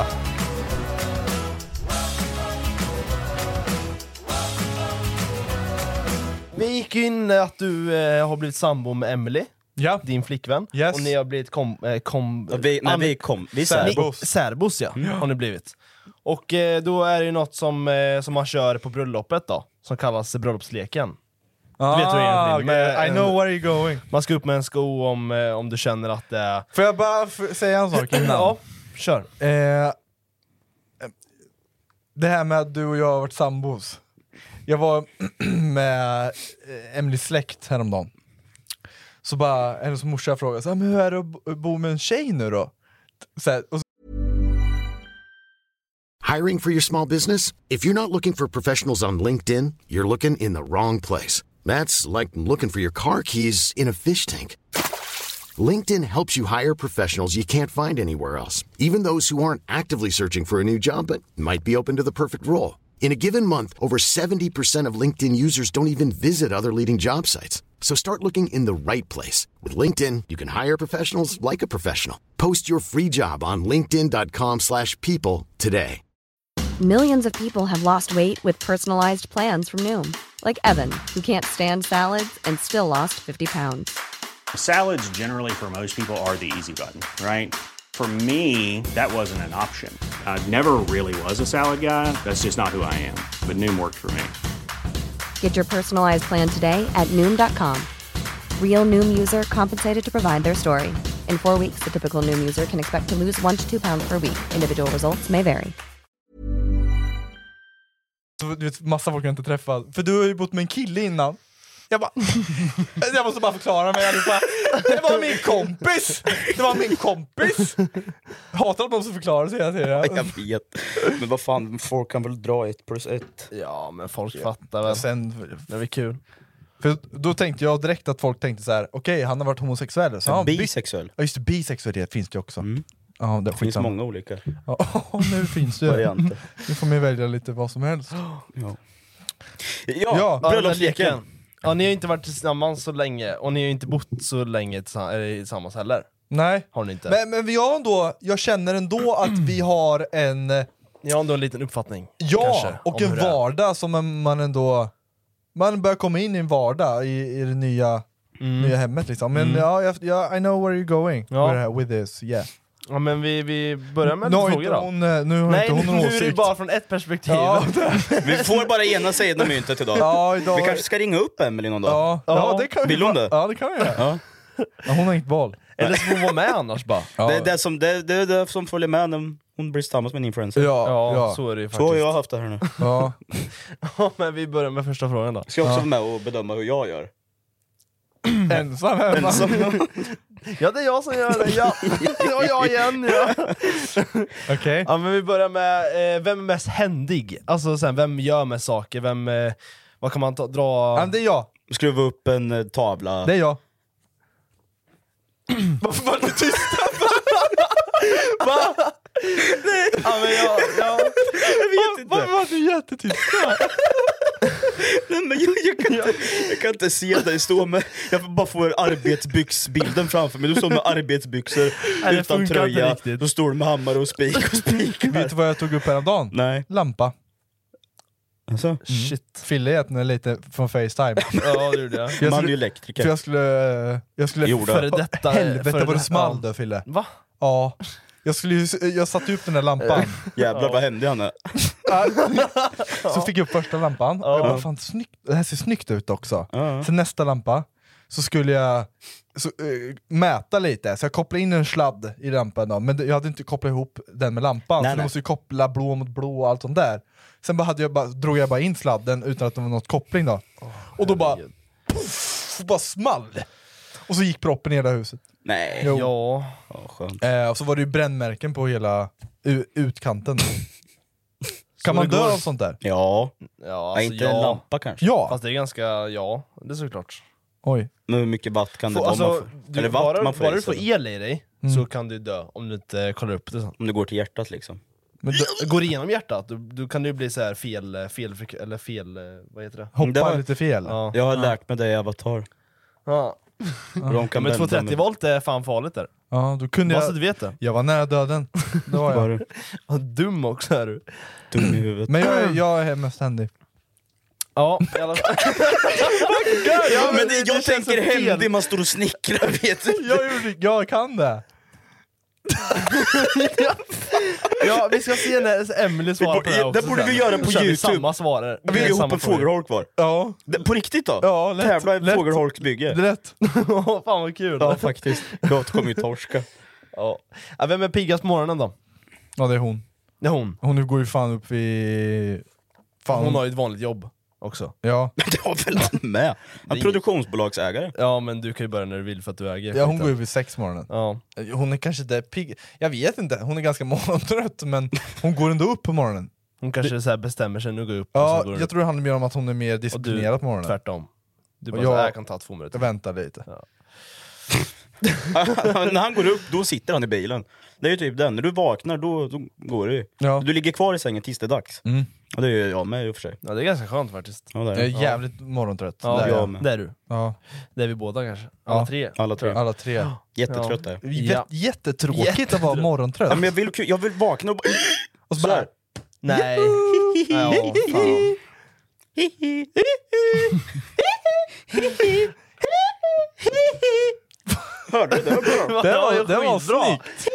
Vi gick ju in att du eh, har blivit sambo med Emily, Ja. din flickvän. Yes. Och ni har blivit kom... Eh, kom Ja, vi, när an- vi kom, vi är Särbos. särbos. Särbos, ja. Har ni blivit. Och eh, då är det ju något som, eh, som man kör på bröllopet då, som kallas bröllopsleken. Ah, vet du egentligen, okay. men- I know where you're going. Man ska upp med en sko om, eh, om du känner att det är... Får jag bara f- säga en sak innan? Ja, kör. Eh, det här med att du och jag har varit sambos. Jag var med eh, Emelies släkt häromdagen. Så bara, hennes morsa frågade så här, men hur är det att bo- bo med en tjej nu då? Så här, och så, Hiring for your small business? If you're not looking for professionals on LinkedIn, you're looking in the wrong place. That's like looking for your car keys in a fish tank. LinkedIn helps you hire professionals you can't find anywhere else, even those who aren't actively searching for a new job but might be open to the perfect role. In a given month, over seventy percent of LinkedIn users don't even visit other leading job sites. So start looking in the right place. With LinkedIn, you can hire professionals like a professional. Post your free job on linkedin dot com slash people today. Millions of people have lost weight with personalized plans from Noom. Like Evan, who can't stand salads and still lost fifty pounds. Salads generally for most people are the easy button, right? For me, that wasn't an option. I never really was a salad guy. That's just not who I am. But Noom worked for me. Get your personalized plan today at Noom dot com. Real Noom user compensated to provide their story. In four weeks, the typical Noom user can expect to lose one to two pounds per week. Individual results may vary. Du vet, massa folk jag inte träffat. För du har ju bott med en kille innan. Jag bara, jag måste bara förklara mig allihopa. Det var min kompis. Det var min kompis. Hatar att någon som förklarar sig hela tiden. Jag vet. Men vad fan, folk kan väl dra ett plus ett. Ja, men folk fattar väl. Sen, det var kul. För då tänkte jag direkt att folk tänkte så här: okej, okay, han har varit homosexuell. Så han bisexuell. Ja, just det, bisexualitet finns det också. Mm. Ja, det, det finns många olika. Ja, nu finns det. Varianter. Nu får man välja lite vad som helst. Ja, ja, ja bröllopsleken. Ja, ni har inte varit tillsammans så länge. Och ni har inte bott så länge tillsammans heller. Nej. Har ni inte? Men, men vi har ändå, jag känner ändå att vi har en... Ni har ändå en liten uppfattning. Ja, kanske, och en vardag som man ändå... Man börjar komma in i en vardag i, i det nya, mm. nya hemmet liksom. Men mm. ja, jag, ja, I know where you're going ja. with, with this, yeah. Ja, men vi, vi börjar med nu lite frågor då. Hon, nu har Nej, inte hon nu åsikt. är det bara från ett perspektiv. Ja, vi får bara ena sidan av myntet idag. Ja, idag. Vi kanske ska ringa upp Emily någon dag. Ja, ja, det kan Vill hon det? Ja, det kan vi göra. Ja. Ja, hon har inget val. Eller så får hon vara med annars bara. Ja. Det är det som, det, det, är det som följer med när hon blir tillsammans med en influencer. Ja, ja, ja, så är det ju faktiskt. Så har jag haft det här nu. Ja. Ja, men vi börjar med första frågan då. Ska jag också ja. vara med och bedöma hur jag gör? Ensam hemma. Ensam. Ja, det är jag som gör det. Ja, det var jag igen. Ja. Okej. Okay. Ja, men vi börjar med eh, vem är mest händig? Alltså sen, vem gör med saker? Vem, eh, vad kan man ta, dra? Ja, det är jag. Skruva upp en eh, tavla. Det är jag. Varför var du tyst? Va? Nej. Ja, men jag, jag, jag vet inte. Varför var du jättetyst? Nej, men jag, jag, kan inte, jag kan inte se dig stå med. Jag bara får arbetsbyxbilden framför mig. Du står med arbetsbyxor Nej, utan tröja. Då står du med hammare och spik och spik. Vet du vad jag tog upp här dagen? Nej. Lampa. Alltså? Mm. Shit. Fille är nu lite från FaceTime. Ja, det gjorde jag. jag Man är ju elektriker. För jag skulle... Jag skulle för detta, helvete för vad det det, small ja. där, Fille. Va? Ja. Jag, skulle ju, jag satte upp den där lampan. Jävlar, ja. vad hände Hanna? Så fick jag upp första lampan. Ja. Jag bara, fan, snyggt. Det här ser snyggt ut också. Ja. Sen nästa lampa så skulle jag så, uh, mäta lite. Så jag kopplade in en sladd i lampan då. Men jag hade inte kopplat ihop den med lampan. Nej, så nej. jag måste ju koppla blå mot blå och allt sånt där. Sen bara hade jag bara, drog jag bara in sladden utan att det var något koppling då. Oh, och då bara puff, bara small. Och så gick proppen i hela huset. Nej. Jo. Ja. Oh, skönt. Eh, och så var det ju brännmärken på hela u- utkanten. Kan man dö av sånt där? Ja. Ja, alltså, inte ja. en lampa kanske. Ja. Fast det är ganska, ja, det är såklart. Oj. Men hur mycket watt kan det Få, vara? alltså, Man får, du, eller watt bara man får bara i du får sig. el i dig Mm. så kan du dö om du inte kollar upp det sen. Om det går till hjärtat liksom. Men då, Går igenom hjärtat, du, du kan ju bli så här fel, fel, eller fel, vad heter det? hoppa Det var- lite fel. Ja. Jag har lärt mig det i Avatar. Ja. De Ja, kan men bända tvåhundratrettio med- volt är fan farligt där. Ja, då kunde Bara så jag... du vet det. Jag var nära döden. Det var Var jag. du Ja, dum också är du. dum i huvudet? Men jag, är- jag är mest händig. Ja, i alla fall. Ja, men det, jag det känns tänker så fel. händig, man står och snickrar, vet du. Jag, gjorde, jag kan det. Ja, vi ska se när Emily svarar på det här Det också borde sen. vi göra på Så kör vi YouTube. samma svarare. Vi bygger ihop en fågelholk var. Ja, Det- På riktigt då? ja lätt. Tävla i lätt. fågelholksbygge. Lätt. Fan vad kul. Ja, faktiskt. Jag kommer ju torska. Ja. Ja, vem är piggast på morgonen då? Ja, det är hon. Det är hon. Hon går ju fan upp vid... Fan, Hon har ju ett vanligt jobb också. Ja. Det har väl han med? Han är produktionsbolagsägare. Ja, men du kan ju börja när du vill för att du äger. Ja, hon skiten. går ju vid sex morgonen. Ja. Hon är kanske inte pigg. Jag vet inte, hon är ganska morgontrött, men hon går ändå upp på morgonen. Hon kanske så här bestämmer sig, nu går jag upp och Ja, så går hon jag upp. tror det handlar mer om att hon är mer Och du disciplinerad på morgonen. tvärtom. Du Och bara, jag- så här, jag kan ta två minuter. Jag väntar lite. Ja. När han går upp, då sitter han i bilen. Det är ju typ den, när du vaknar då, då går du. Ja. Du ligger kvar i sängen tills det är dags. Mm. Ja, det är jag med i och för sig. Ja, det är ganska skönt faktiskt. Ja, det är. Jag är jävligt ja. morgontrött. Ja, det är jag jag. med. Det är du. Ja. Det är vi båda kanske. Alla Ja. tre. Alla tre. Alla tre. Jättetrött Ja. är jag. J- Ja. Jättetråkigt Jättetrött. att vara morgontrött. Ja, men jag vill, jag vill vakna och bara... Och så bara, Nej. Ja, fan. Hörde du? Det var bra. det var, ju det var skitbra. snyggt.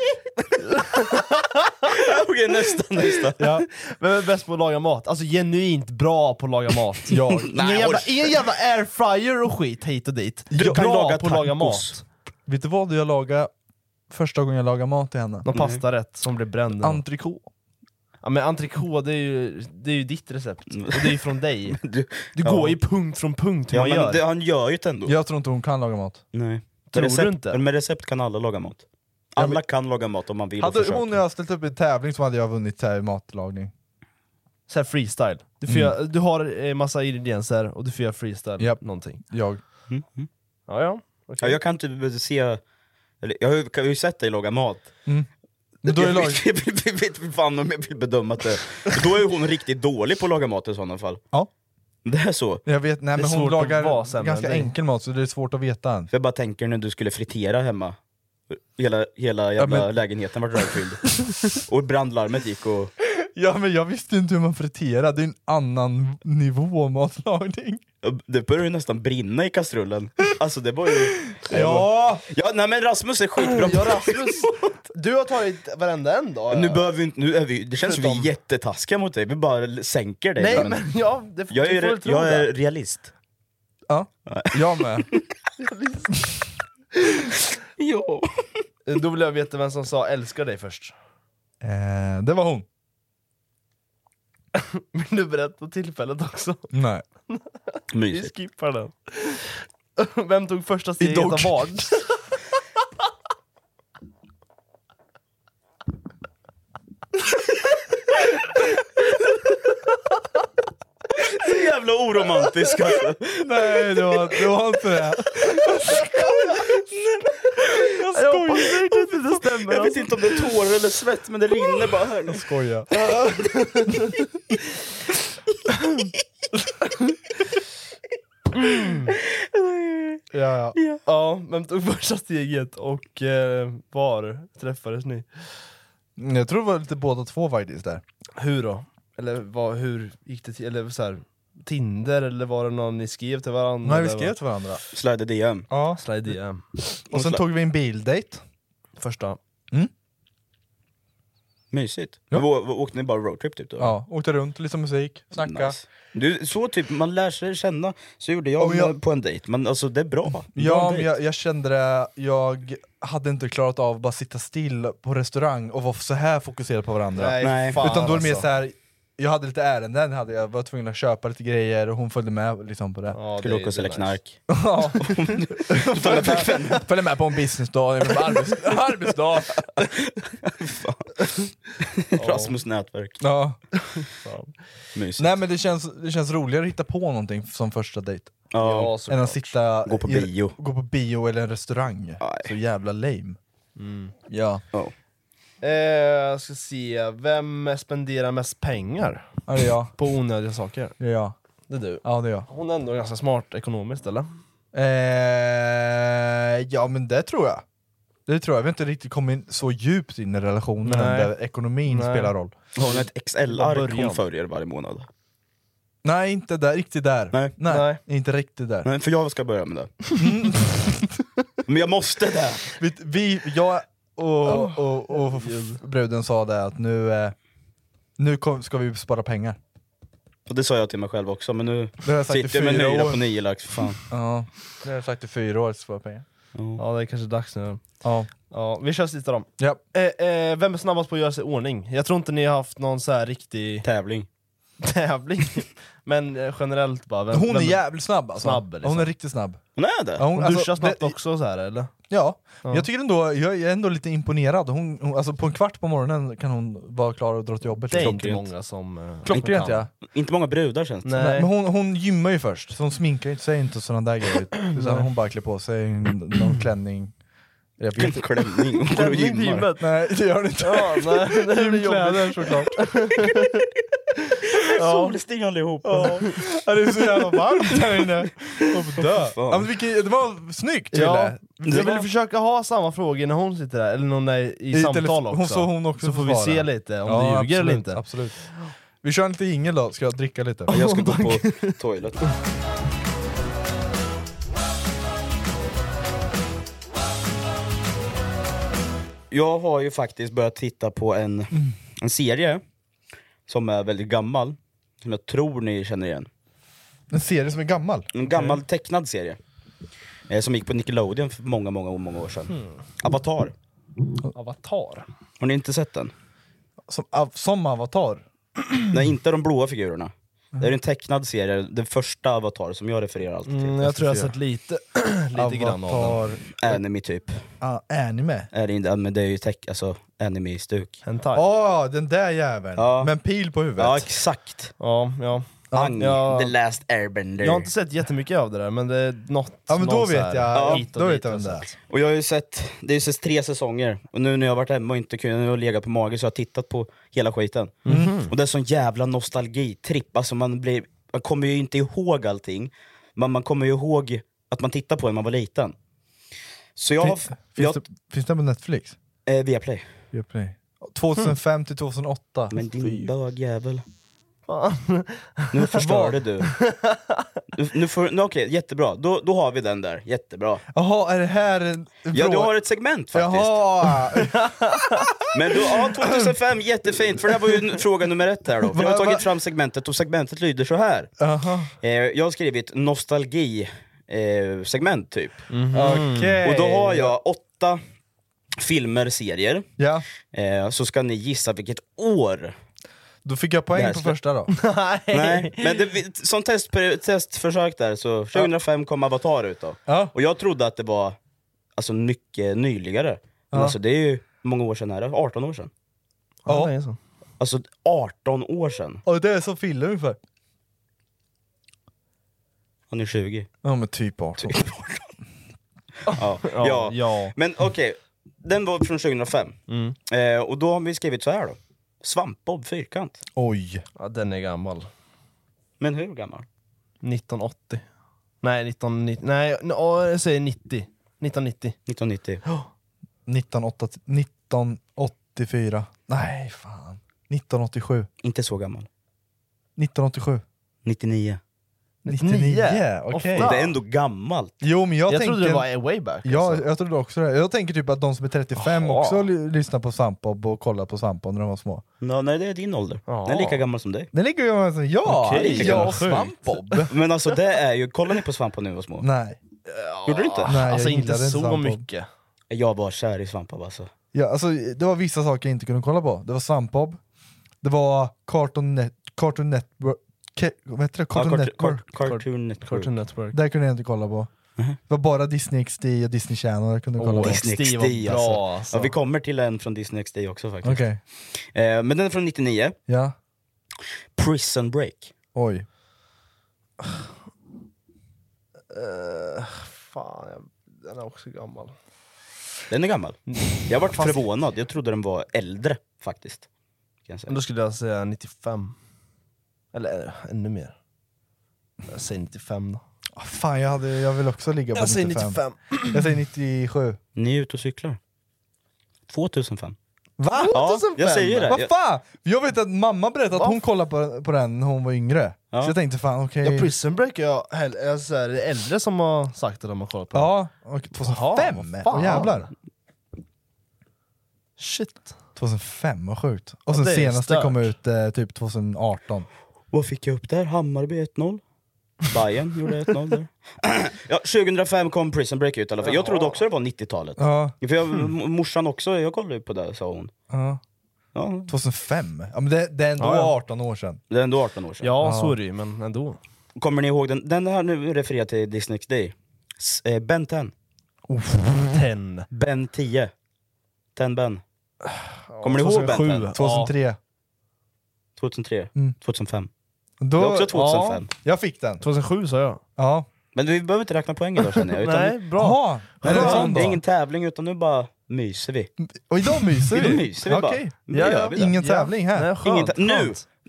Okej, nästan, nästan. Ja. Vem är bäst på att laga mat? Alltså genuint bra på att laga mat. Jag. Ingen jävla, ingen jävla airfryer och skit hit och dit. Du Bra kan laga på att laga tacos. mat. Vet du vad jag lagade första gången jag lagade mat till henne? Någon pastarätt som blir bränd. Entrecote. Ja, men entrecote, det är ju, det är ju ditt recept. Och det är ju från dig. Du, Du ja. går ju punkt från punkt hur Ja, man men gör. det, han gör ju det ändå. Jag tror inte hon kan laga mat. Nej. Tror Med recept, du inte? Med recept kan alla laga mat. Alla kan laga mat om man vill och Hade försöker. hon och jag ställt upp i en tävling så hade jag vunnit här matlagning. Så här freestyle. Du, får Mm. göra, du har eh, massa ingredienser och du får göra freestyle. Japp. Någonting. Jag. Mm, mm. Ja, ja. Ja, Okay. jag kan inte se... Eller, jag har ju, jag har ju sett dig laga mat. Mm. Men då är jag lag... vet, jag vet, jag vet inte fan om jag vill bedöma att det... Då är hon riktigt dålig på att laga mat i sådana fall. Ja. Det är så. Jag vet, nej, Det är men hon svårt att vara lagar sämre ganska än dig. enkel mat så det är svårt att veta än. För jag bara tänker när du skulle fritera hemma. Hela, hela jävla Ja, men- lägenheten var rökfylld. Och brandlarmet gick och... Ja men jag visste inte hur man friterar, det är en annan nivå matlagning. Det började ju nästan brinna i kastrullen. Alltså det var ju... Ja! Ja, nej men Rasmus är skitbra på Ja, Rasmus, du har tagit varenda en då. Nu behöver vi inte, nu är vi, det känns som vi Förutom- är jättetaskiga mot dig, vi bara sänker dig. Nej men, men ja, det jag du får väl är, tro jag är det. realist. Ja, jag med. Jo. Då vill jag veta vem som sa älskar dig först. Eh, det var hon. Vill du berätta tillfället också? Nej. Vi Mysigt. skippar den. Vem tog första steget Idag. av vad? Så jävla oromantisk alltså. Nej, det var, det var inte det. Jag skojar inte, det stämmer. Jag vet inte om det är tårar eller svett, men det rinner bara här nu. Skoja. Ja, ja. Ja, vem tog första steget och eh, var träffades ni? Jag tror det var lite båda två faktiskt där. Hur då? Eller vad, hur gick det till? Eller så här, Tinder, eller var det någon ni skrev till varandra? Nej, vi eller skrev vad? till varandra. Slide D M. Ja. Slide D M. Och sen tog vi en bildate. Första. Mysigt. Ja. Men vad- vad- åkte ni bara roadtrip typ då? Ja, åkte runt, lite musik, snacka. Nice. Du, så typ, man lär sig känna. Så gjorde jag, Ja, men jag- med- på en dejt. Men alltså det är bra. Bra Ja, men dejt. jag, jag kände det, jag hade inte klarat av att bara sitta still på restaurang och vara så här fokuserad på varandra. Nej, Nej. fan, Utan då är det mer alltså. så här. Jag hade lite ärenden, hade jag var tvungen att köpa lite grejer och hon följde med liksom på det. Ja, Skulle det- åka och sälja det är knark. Ja. följde, med, följde med på en businessdag, en arbets, arbetsdag. Rasmus nätverk. Ja. Mysigt. Nej men det känns, det känns roligare att hitta på någonting som första dejt. Ja. Ja, Än såklart. att sitta Gå på i- bio. gå på bio eller en restaurang. Nej. Så jävla lame. Ja. Ja. Eh, jag ska se, vem spenderar mest pengar Ja, det är jag. på onödiga saker? Det är jag. Det är du. Ja, det är jag. Hon är ändå ganska smart ekonomiskt, eller? Eh, ja men det tror jag. Det tror jag. Vi har inte riktigt kommit så djupt in i relationen Nej. där ekonomin Nej. spelar roll. Har hon ett X Vad L-ark början? hon följer varje månad? Nej, inte där, riktigt där. Nej. Nej, Nej. inte riktigt där. Nej, för jag ska börja med det. Men jag måste det! Vi, vi jag och, och, och, och bruden sa det att nu, eh, nu kom, ska vi spara pengar. Och det sa jag till mig själv också, men nu Det har jag sagt i sitter jag med fyra nyra år. på nio lax, för fan. Ja, det har jag sagt i fyra år att spara pengar. Ja, det är kanske dags nu. Ja. Ja, vi kör sista då. Ja. Eh, eh, vem är snabbast på att göra sig i ordning? Jag tror inte ni har haft någon så här riktig Tävling. tävling. Men eh, generellt bara. Vem, Hon är vem, jävligt snabb alltså. Snabb, liksom. Hon är riktigt snabb. Hon är det? Ja, Hon alltså, duschar snabbt det- också så här, eller? Ja, Ja. jag tycker ändå, jag är ändå lite imponerad. Hon, hon, alltså på en kvart på morgonen kan hon vara klar och dra till jobbet. Det är Klockrent. inte många som... Eh, Klockrent kan. ja. Inte många brudar känns det. Nej. Nej, men hon, hon gymmar ju först, så hon sminkar inte sig inte sådana där grejer. Utan hon bara klär på sig en, någon klänning. Jag vet inte. Klänning, hon går och gymmar. Nej, det gör det inte. Ja, nej, det är Gymkläder jobbigt. såklart. solsting allihop. Ja. Ja, det är så jävla varmt här inne. Och dö. Ja, men vilket, det var snyggt. Ja, det vi var... vill försöka ha samma frågor när hon sitter där, eller någon är i, I samtal telefon, också. hon, så hon också så får vi se lite om ja, det ljuger absolut, eller inte. Absolut. Vi kör lite ingel då, ska jag dricka lite? Jag ska gå på toilet. Jag har ju faktiskt börjat titta på en, en serie som är väldigt gammal, som jag tror ni känner igen. En serie som är gammal? En gammal okay. tecknad serie eh, som gick på Nickelodeon för många, många, många år sedan. Hmm. Avatar. Avatar? Har ni inte sett den? Som, av, som Avatar? Nej, inte de blåa figurerna. Det är en tecknad serie, den första Avatar som jag refererar alltid till. Mm, jag tror jag har sett lite, lite grann av den. Anime typ. Ja, ah, anime? Är det inte, men det är ju tech, alltså anime-stuk. Hentai. Ja, oh, den där jäveln. Ja. Med en pil på huvudet. Ja, exakt. Ja, ja. Ang, ja. The Last Airbender. Jag har inte sett jättemycket av det där, men det är något. Ja, men då vet jag. Ja, då vet jag vem det är. Och jag har ju sett, det är ju tre säsonger. Och nu när jag har varit hemma och inte kunnat lägga på magen så har jag tittat på hela skiten. Mm. Och det är sån jävla nostalgitripp. Alltså man blir, man kommer ju inte ihåg allting. Men man kommer ju ihåg att man tittade på när man var liten. Så jag finns, har... Finns, jag, det, finns det på Netflix? Eh, Viaplay. Viaplay. tjugohundrafem till tjugohundraåtta. Men din dagjävel. Nu förstörde du. Nu, nu får, nu, okej, jättebra. Då, då har vi den där. Jättebra. Jaha, är det här en... Ja, du har ett segment faktiskt. Jaha. Men då, ja, tjugohundrafem, jättefint. För det här var ju fråga nummer ett här då. För jag har tagit fram segmentet och segmentet lyder så här. Aha. Eh, jag har skrivit nostalgi eh, segment typ. Mm. Okay. Och då har jag åtta filmer, serier. Ja. Eh, så ska ni gissa vilket år. Då fick jag poäng på första då. Nej, men det, som test, testförsök där så tjugohundrafem kom Avatar ut då. Ja. Och jag trodde att det var alltså mycket nyligare. Men ja. alltså det är ju många år sedan här, arton år sedan. Ja, det är så. Alltså arton år sedan. Och det är som film ungefär. Han är tjugo. Ja, men typ arton. Typ arton. ja. Ja. ja, ja. Men okej, okay. Den var från tjugohundrafem. Mm. Eh, och då har vi skrivit så här då. Svampbob fyrkant. Oj. Ja, den är gammal. Men hur gammal? nittonhundraåttio. Nej, nittonhundranittio. Nej, jag säger nittio. nittonhundranittio. nittonhundranittio. Oh. nittonhundraåttiofyra. Nej, fan. nittonhundraåttiosju. Inte så gammal. nittonhundraåttiosju. nittionio. nittionio, okej. Okay. Det är ändå gammalt. Jo, men jag, jag tänker... trodde det var way back. Ja, alltså. jag trodde också det. Jag tänker typ att de som är trettiofem Aha. också lyssnar på Svampbob och kollar på Svampbob när de var små. No, nej, det är din ålder. Aha. Den är lika gammal som dig. Den är lika gammal som jag. Okay, jag och Svampbob. Men alltså det är ju, kollar ni på Svampbob när ni var små? Nej. Gjorde du inte? Nej, alltså jag inte så Svampbob. mycket. Jag var kär i Svampbob alltså. Ja, alltså det var vissa saker jag inte kunde kolla på. Det var Svampbob. Det var Cartoon, Net- Cartoon Network. Ke- vad heter det? Cartoon, ja, Network. Cart- Cartoon Network. Cartoon Network. Där kunde jag inte kolla på. Mm-hmm. Det var bara Disney X D och Disney Channel jag kunde kolla oh, på. Disney X D var bra alltså. alltså. Ja, vi kommer till en från Disney X D också faktiskt. Okay. Eh, men den är från nittionio. Ja. Prison Break. Oj. Uh, fan, jag, den är också gammal. Den är gammal. Jag har varit Fast... förvånad. Jag trodde den var äldre faktiskt. Kan jag säga. Då skulle jag säga nittiofem. Eller ännu mer. Jag säger nittiofem då. Oh, fan, jag, hade, jag vill också ligga på jag nittiofem. Säger nittiofem. Jag säger nittiosju. Ni är ute och cyklar. tvåtusenfem. Va? Ja, jag säger det. Vad fan? Jag vet att mamma berättade att Va? hon kollade på, på den när hon var yngre. Ja. Så jag tänkte fan okej. Okay. Ja, Prison Break är jag, jag säger, det är äldre som har sagt det de har kollat på. Ja, och tjugohundrafem. Åh jävlar. Shit. tjugohundrafem, vad sjukt. Och sen senaste kom ut eh, typ tjugoarton. Vad fick jag upp där? Hammarby ett noll. Bayern gjorde ett noll där. Ja, tjugohundrafem kom Prison Break ut i alla fall. Jag trodde också det var nittiotalet. Ja. För jag, morsan också, jag kollade ju på det, sa hon. Ja. Ja. tjugohundrafem? Ja, men det, det är ändå ja, ja. arton år sedan. Det är ändå arton år sedan. Ja, ja. sorry, men ändå. Kommer ni ihåg den? Den här nu refererar till Disney X D. S- eh, Ben tio. ten. Ben tio. ten Ben. Kommer ni ihåg Ben tio? tjugohundratre. tjugohundratre. Mm. tjugohundrafem. Då, det är också tjugohundrafem. Ja, jag fick den. tjugohundrasju sa jag. Ja. Men vi behöver inte räkna poängen då känner jag. Utan Nej, bra. Aha, Nej, det, är, det, det är ingen tävling utan nu bara myser vi. Och idag myser vi? Idag myser vi bara. Okay. Nu Ja, gör ja. vi det. Ingen tävling här. Nej, skönt, ingen ta- nu,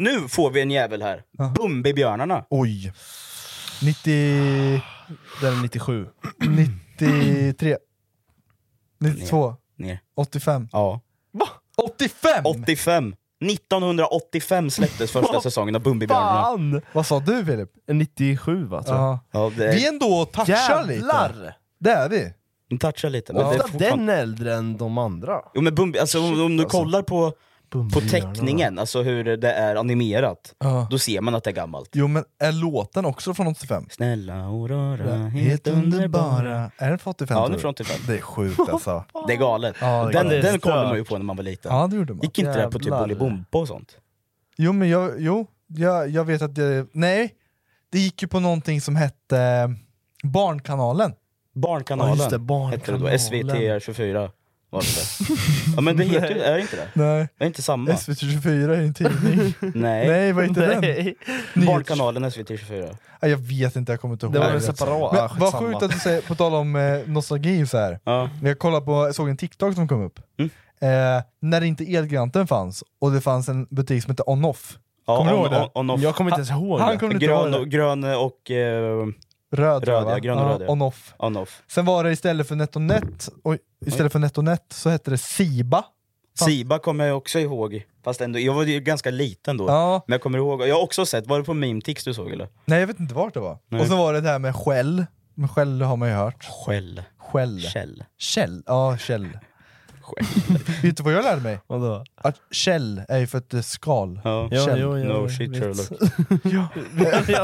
Nu får vi en jävel här. Ja. Bumbibjörnarna. Oj. nittio... Den är nittiosju. nittiotre. nittiotvå. Ner. åttiofem. Ja. Va? åttiofem? åttiofem. nittonhundraåttiofem släpptes första säsongen av Bumbibjörnarna. Fan! Vad sa du, Filip? nittiosju va, tror jag. Ja. Ja, det Vi är ändå touchar lite. Jävlar! Det är vi. Vi touchar lite. Men Ja. det är Den fortfarande... är äldre än de andra. Jo, men Bumbi, alltså, om, om du alltså. kollar på, på Bumbibjörnarna. teckningen, alltså hur det är animerat, Ja. då ser man att det är gammalt. Jo, men är låten också från åttiofem? Snälla och röra, Helt underbara. Är den från åttiofem? Ja, tror den är du? från åttiofem. Det är sjukt alltså. Det är galet. Ja, det är den galet. den kollade man ju på när man var liten. Ja, det gjorde man. Gick inte det på typ Jävlar. Bolibompa och sånt? Jo, men jag, jo, jag, jag vet att det... Nej, det gick ju på någonting som hette Barnkanalen. Barnkanalen, Ja, just det, hette det då. Barnkanalen. S V T tjugofyra var det. Ja, men det heter ju, är det inte det? Nej, Det är inte samma. S V T tjugofyra är en tidning. Nej. Nej, vad heter den? Nej. Barnkanalen S V T tjugofyra. Ja, jag vet inte, jag kommer inte ihåg. Det var en rätt. separat. Men Ah, vad skitsamma. sjukt att du säger, på tal om eh, nostalgi så här. Ja. Jag kollade på, jag såg en TikTok som kom upp. Mm. Eh, när inte Elgiganten fanns, och det fanns en butik som hette On-Off. Ja, Kommer du on, ihåg det? on, on, off. Jag kommer inte ens ihåg Han det. kunde inte ihåg Grön, det. och, grön och eh, Röd, Röd, va? ja, grön och röd, ja. On-Off. on off. Sen var det istället för NetOnNet, och istället för NetOnNet så hette det Siba. Fan. Siba kommer jag också ihåg. Fast ändå, jag var ju ganska liten då. Ja. Men jag kommer ihåg, jag har också sett, var det på Memetix du såg eller? Nej, jag vet inte vart det var. Nej. Och så var det det här med skäll. Men skäll har man ju hört. Skäll. Skäll. Käll. Käll. Ja, käll. Skäll. Vet du vad jag lärde mig? Vadå? Att käll är ju för ett eh, skal. Ja. Ja, Käll. jo, jo, No jag shit vet. Sherlock. ja,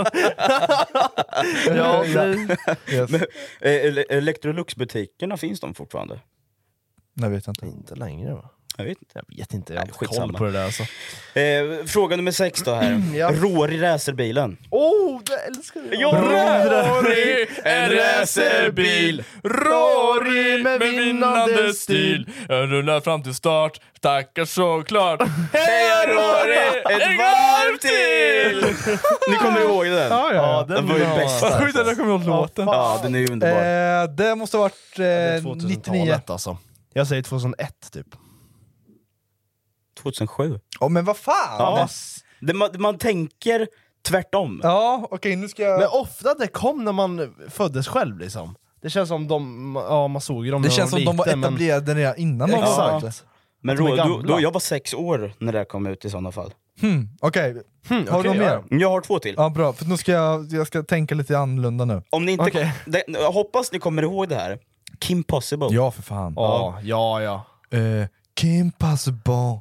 ja, det, Yes. Men, eh, ele- Electrolux-butikerna, finns de fortfarande? Nej, vet jag inte. inte längre va? Jag vet inte. Jag vet inte, jag har Nej, inte koll skitsamma. på det där alltså. Eh, fråga nummer sex då här. Ja. Rory racerbilen. Oh, det älskar jag! Rory, en racerbil. Rory med vinnande stil. Jag rullar fram till start, tackar såklart. Heja Rory, ett varv till! Ni kommer ihåg den? Ja, ja, ja. Den var ju vill jag bäst. ha. Vad sjukt att jag kommer ihåg låten. Ja, den är ju underbar. Eh, det måste ha varit Det är eh, nittionio. tjugohundratalet alltså. Jag säger tjugohundraett typ. tjugohundrasju. Ja, men vad fan! Ja. Ja, Det, man, man tänker tvärtom. ja okej, nu ska jag... Men ofta det kom när man föddes själv liksom. Det känns som de, ja man såg ju dem det när känns som de de var lekte, men- etablerade redan innan man var Exakt. född. Men att de är Rory, då, gamla. då, jag var sex år när det här kom ut i sådana fall. Hmm, okej, Hmm, har du okej, något ja. mer? Jag har två till. Ja, bra, för nu ska jag, jag ska tänka lite annorlunda nu. Om ni inte, Okej. det, jag hoppas ni kommer ihåg det här. Kim Possible. Ja, för fan. Ja, ja, ja. Eh, Kim Possible.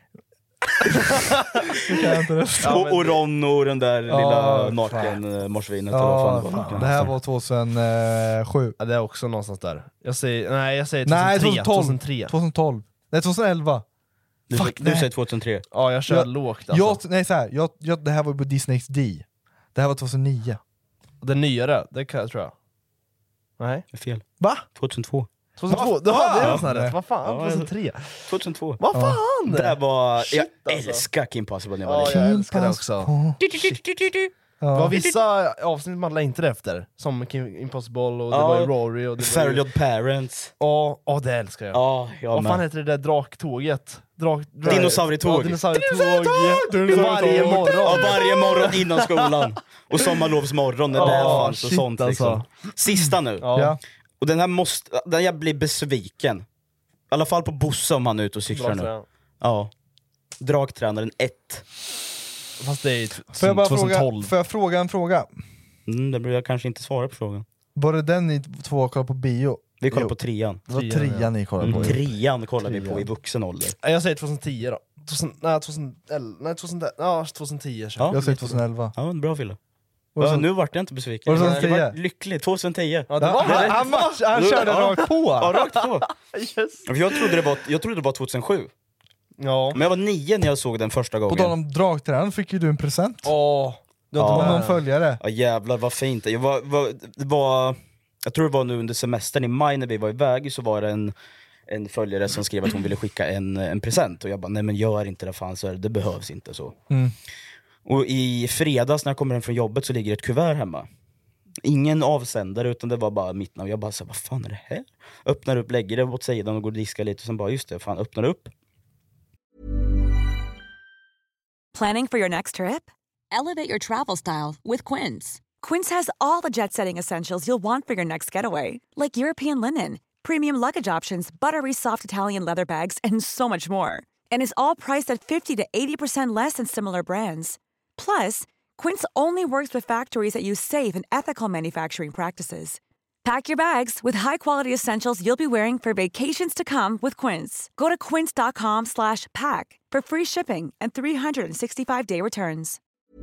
Nu kan jag inte resten. och, och Ron och den där lilla Ja, naken eh, marsvinet. eller vad Ja, fan det var. fan. Det här var tjugohundrasju. Ja, det är också någonstans där. Jag säger, nej jag säger Nej, tjugohundratolv. tjugohundratolv. tjugohundratolv. Nej, tjugohundraelva. Du, Fuck, du nej. säger tjugohundratre. Ja, jag kör Jag- lågt alltså. Jag, nej, så här, jag, jag, det här var ju på Disney X D. Det här var tjugohundranio. Den nyare, det kan jag tror jag. Nej. Det är fel. Va? tjugohundratvå. tjugohundratvå, du hade fan? en sån här rätt. Vad fan, Ja, tjugohundratre? tjugohundratvå. Vad fan? Det där var... Shit, jag alltså. älskar Kim Possible när jag var Ja, liten. jag älskar det också. Det var Ja. vissa avsnitt man lade inte det efter. Som Kim Impossible och det Ja, var ju Rory och det var Fairly ju... Odd Parents. Ja, ja, det älskar jag. Ja, jag Vad fan med. heter det där drakttåget? Drak... drak- Dinosaurietåg. Ja, dinosaurietåg. Varje morgon. Ja, varje morgon innan skolan. Och sommarlovsmorgon när det Ja, fanns och shit, sånt alltså. liksom. Sista nu. Ja. Ja. Och den här måste... Den jag blir besviken. I alla fall på Bosse om han är ute och cyklar nu. Draktränaren. Ja. Dragtränaren ett. Fast det är ju Får jag bara fråga, tjugohundratolv. får jag fråga en fråga? Mm, det blir jag kanske inte svara på frågan. Var det den ni två kollade på bio? Vi kollar Jo. på trean. Det var Trean, trean ja. ni kollade på. Mm, trean kollar vi på Trean. i vuxen ålder. Nej, jag säger tjugohundratio då. tusen, nej, tjugohundraelva, nej, tjugohundraelva, ja, tjugohundratio. Ja. Jag säger tjugohundraelva. Ja, en bra Fille. Var det Ja, så- nu vart jag inte besviken. Var det Jag tjugohundratio? var lycklig. tjugohundratio. Ja, det var han, rätt. han, match, han körde Ja. rakt på! Ja, rakt på. Yes. För jag trodde det var, jag trodde det var tjugohundrasju. Ja. Men jag var nio när jag såg den första På gången. tal om dragtränaren fick ju du en present. Åh. Du har Ja. inte Av med någon följare. Ja jävlar vad fint. Jag var, var, det var, jag tror det var nu under semestern i maj när vi var iväg, så var det en, en följare som skrev att hon ville skicka en, en present. Och jag bara, nej men gör inte det, fan, så är det, det behövs inte så. Mm. Och i fredags när jag kommer hem från jobbet så ligger ett kuvert hemma. Ingen avsändare utan det var bara mitt namn. Jag bara, så, vad fan är det här? Öppnar upp, lägger det åt sidan och går och diskar lite. Och sen bara, just det, fan öppnar upp. Planning for your next trip? Elevate your travel style with Quince. Quince has all the jet-setting essentials you'll want for your next getaway, like European linen, premium luggage options, buttery soft Italian leather bags, and so much more. And is all priced at fifty to eighty percent less than similar brands. Plus, Quince only works with factories that use safe and ethical manufacturing practices. Pack your bags with high-quality essentials you'll be wearing for vacations to come with Quince. Go to quince.com slash pack for free shipping and three sixty-five day returns.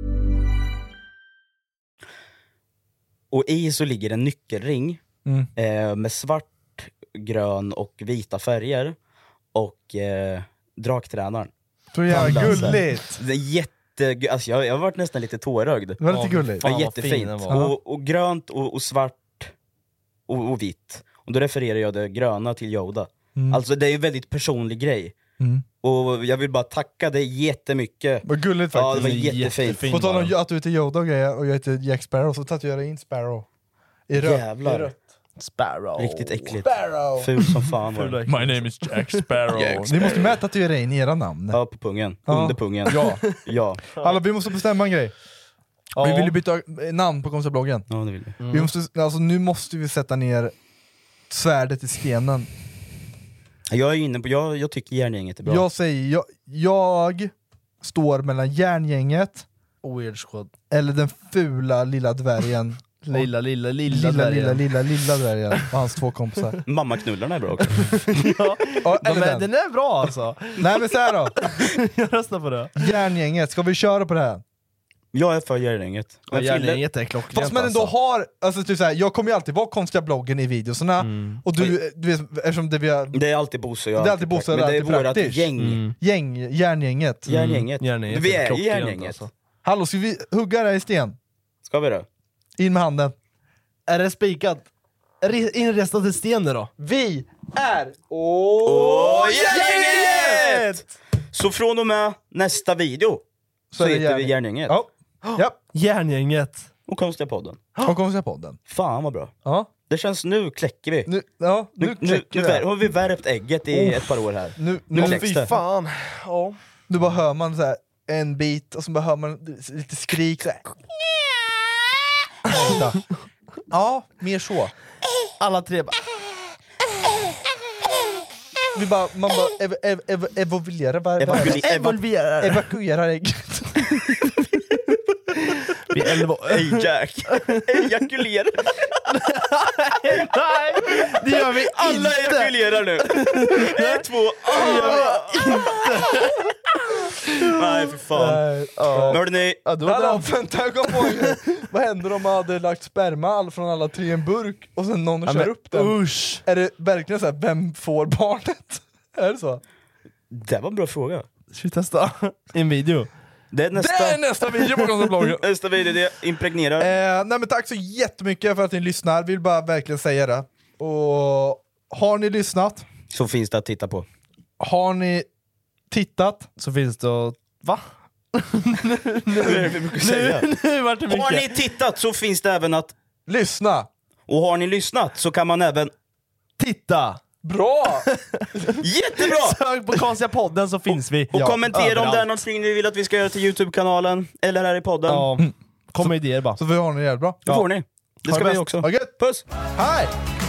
Och i så ligger en nyckelring Mm. eh, med svart, grön och vita färger. Och eh, draktränaren. Så jävla Dansen. gulligt. Det är jätte... Alltså jag, jag har varit nästan lite tårögd. Det var lite gulligt. Det Fan, är vad jättefint. fin den var. Och, och grönt och, och svart och, och vitt. Och då refererar jag det gröna till Yoda. Mm. Alltså det är ju en väldigt personlig grej. Mm. Och jag vill bara tacka dig jättemycket. Vad gulligt Ja, det faktiskt. var jättefint. Jättefin På tal var om den. att du heter Yoda och grejer och jag heter Jack Sparrow, så tatuerar jag in Sparrow. I rött. Jävlar. I rött. Sparrow. Riktigt äckligt. Sparrow! Ful som fan var Ful det. och My name is Jack Sparrow. Jack Ni måste med tatuera in era namn. Ja, på pungen. Ja. Under pungen. Ja. Ja. Alla, vi måste bestämma en grej. Ja. Vi vill ju byta namn på konstbloggen. Ja, det vill vi. Vi måste, alltså, nu måste vi sätta ner svärdet i stenen. Jag är inne på, jag, jag tycker järngänget är bra. Jag säger, jag, jag står mellan järngänget Weird squad. eller den fula lilla dvärgen. Lilla, lilla, lilla, Lilla, lilla, dvärgen. lilla, lilla dvärgen och hans två kompisar. Mammaknullarna är bra också. Ja, Ja, de eller är, den. den är bra alltså. Nej men så här då, Jag röstar på det. järngänget, ska vi köra på det här? Jag är för järngänget. Ja, Men Fille, järngänget är klockrent. Fast man ändå alltså. har, alltså typ så här, jag kommer ju alltid vara konstiga bloggen i videorna Mm. och du, du vet, eftersom det vi har, det är alltid Bosse och jag Det är alltid Bosse och men det är alltid vårat praktiskt. gäng. Mm. gäng, järngänget. Järngänget. Järngänget Vi är ju klockrent, järngänget. alltså. Hallå, ska vi hugga det här i sten? Ska vi det? In med handen. Är det spikat? Är det inrestat i sten nu då? Vi är Åh, järngänget! Så från och med nästa video så, är det heter vi järngäng- järngänget. Ja. Ja. Järngänget. Och konstiga podden. Och konstiga podden. Fan vad bra. Ja. Det känns, nu kläcker vi. Nu, ja, nu, Nu, nu, kläcker nu vi vär- det. har vi värpt ägget i Oh. ett par år här. Nu, Nu nu, kläcks Fy det. fan. Ja. nu bara hör man så här en bit och så bara hör man lite skrik så här. Vänta. Ja, mer så. Alla tre bara... Vi bara, man bara ev, ev, ev, evoluerar, vad, vad är det? Evangeli- Evolverar. Evakuerar ägget. Vi elva- Ey Jack! Ejakulerar! Nej, det gör vi Alla inte. ejakulerar nu! Ett, två, nej för fan. Nej, Men hörde ni, Ja, då Hallå, vänta, jag kom på en grej. Vad händer om man hade lagt sperma all- från alla tre i en burk och sen någon Ja, kör men upp den? Usch. Är det verkligen så här, vem får barnet? Är det så? det var en bra fråga. Ska vi testa en video? Det är nästa, Det är nästa video på konstbloggen! nästa video, det impregnerar. Eh, nej men tack så jättemycket för att ni lyssnar, vill bara verkligen säga det. Och har ni lyssnat? Så finns det att titta på. Har ni tittat? Så finns det att... Va? Nu är det för mycket att säga. Nu vart det mycket. Har ni tittat så finns det även att, Lyssna! och har ni lyssnat så kan man även, Titta! Bra! jättebra! Sök på konstiga podden så finns vi. Och Ja, kommentera om det är överallt. någonting ni vill att vi ska göra till YouTube-kanalen, eller här i podden. Ja, kom med idéer bara. Så vi har ni jävligt bra. Det får ni. Det Ha ska det vi bäst. också. Ha det gött. Puss! Hej!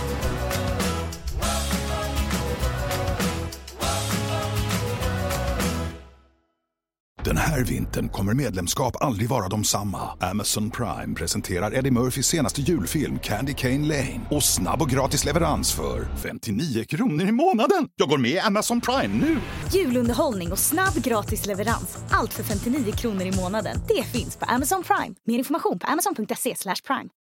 Den här vintern kommer medlemskap aldrig vara de samma. Amazon Prime presenterar Eddie Murphys senaste julfilm Candy Cane Lane. Och snabb och gratis leverans för femtionio kronor i månaden. Jag går med i Amazon Prime nu! Julunderhållning och snabb gratis leverans. Allt för femtionio kronor i månaden. Det finns på Amazon Prime. Mer information på amazon punkt se slash prime.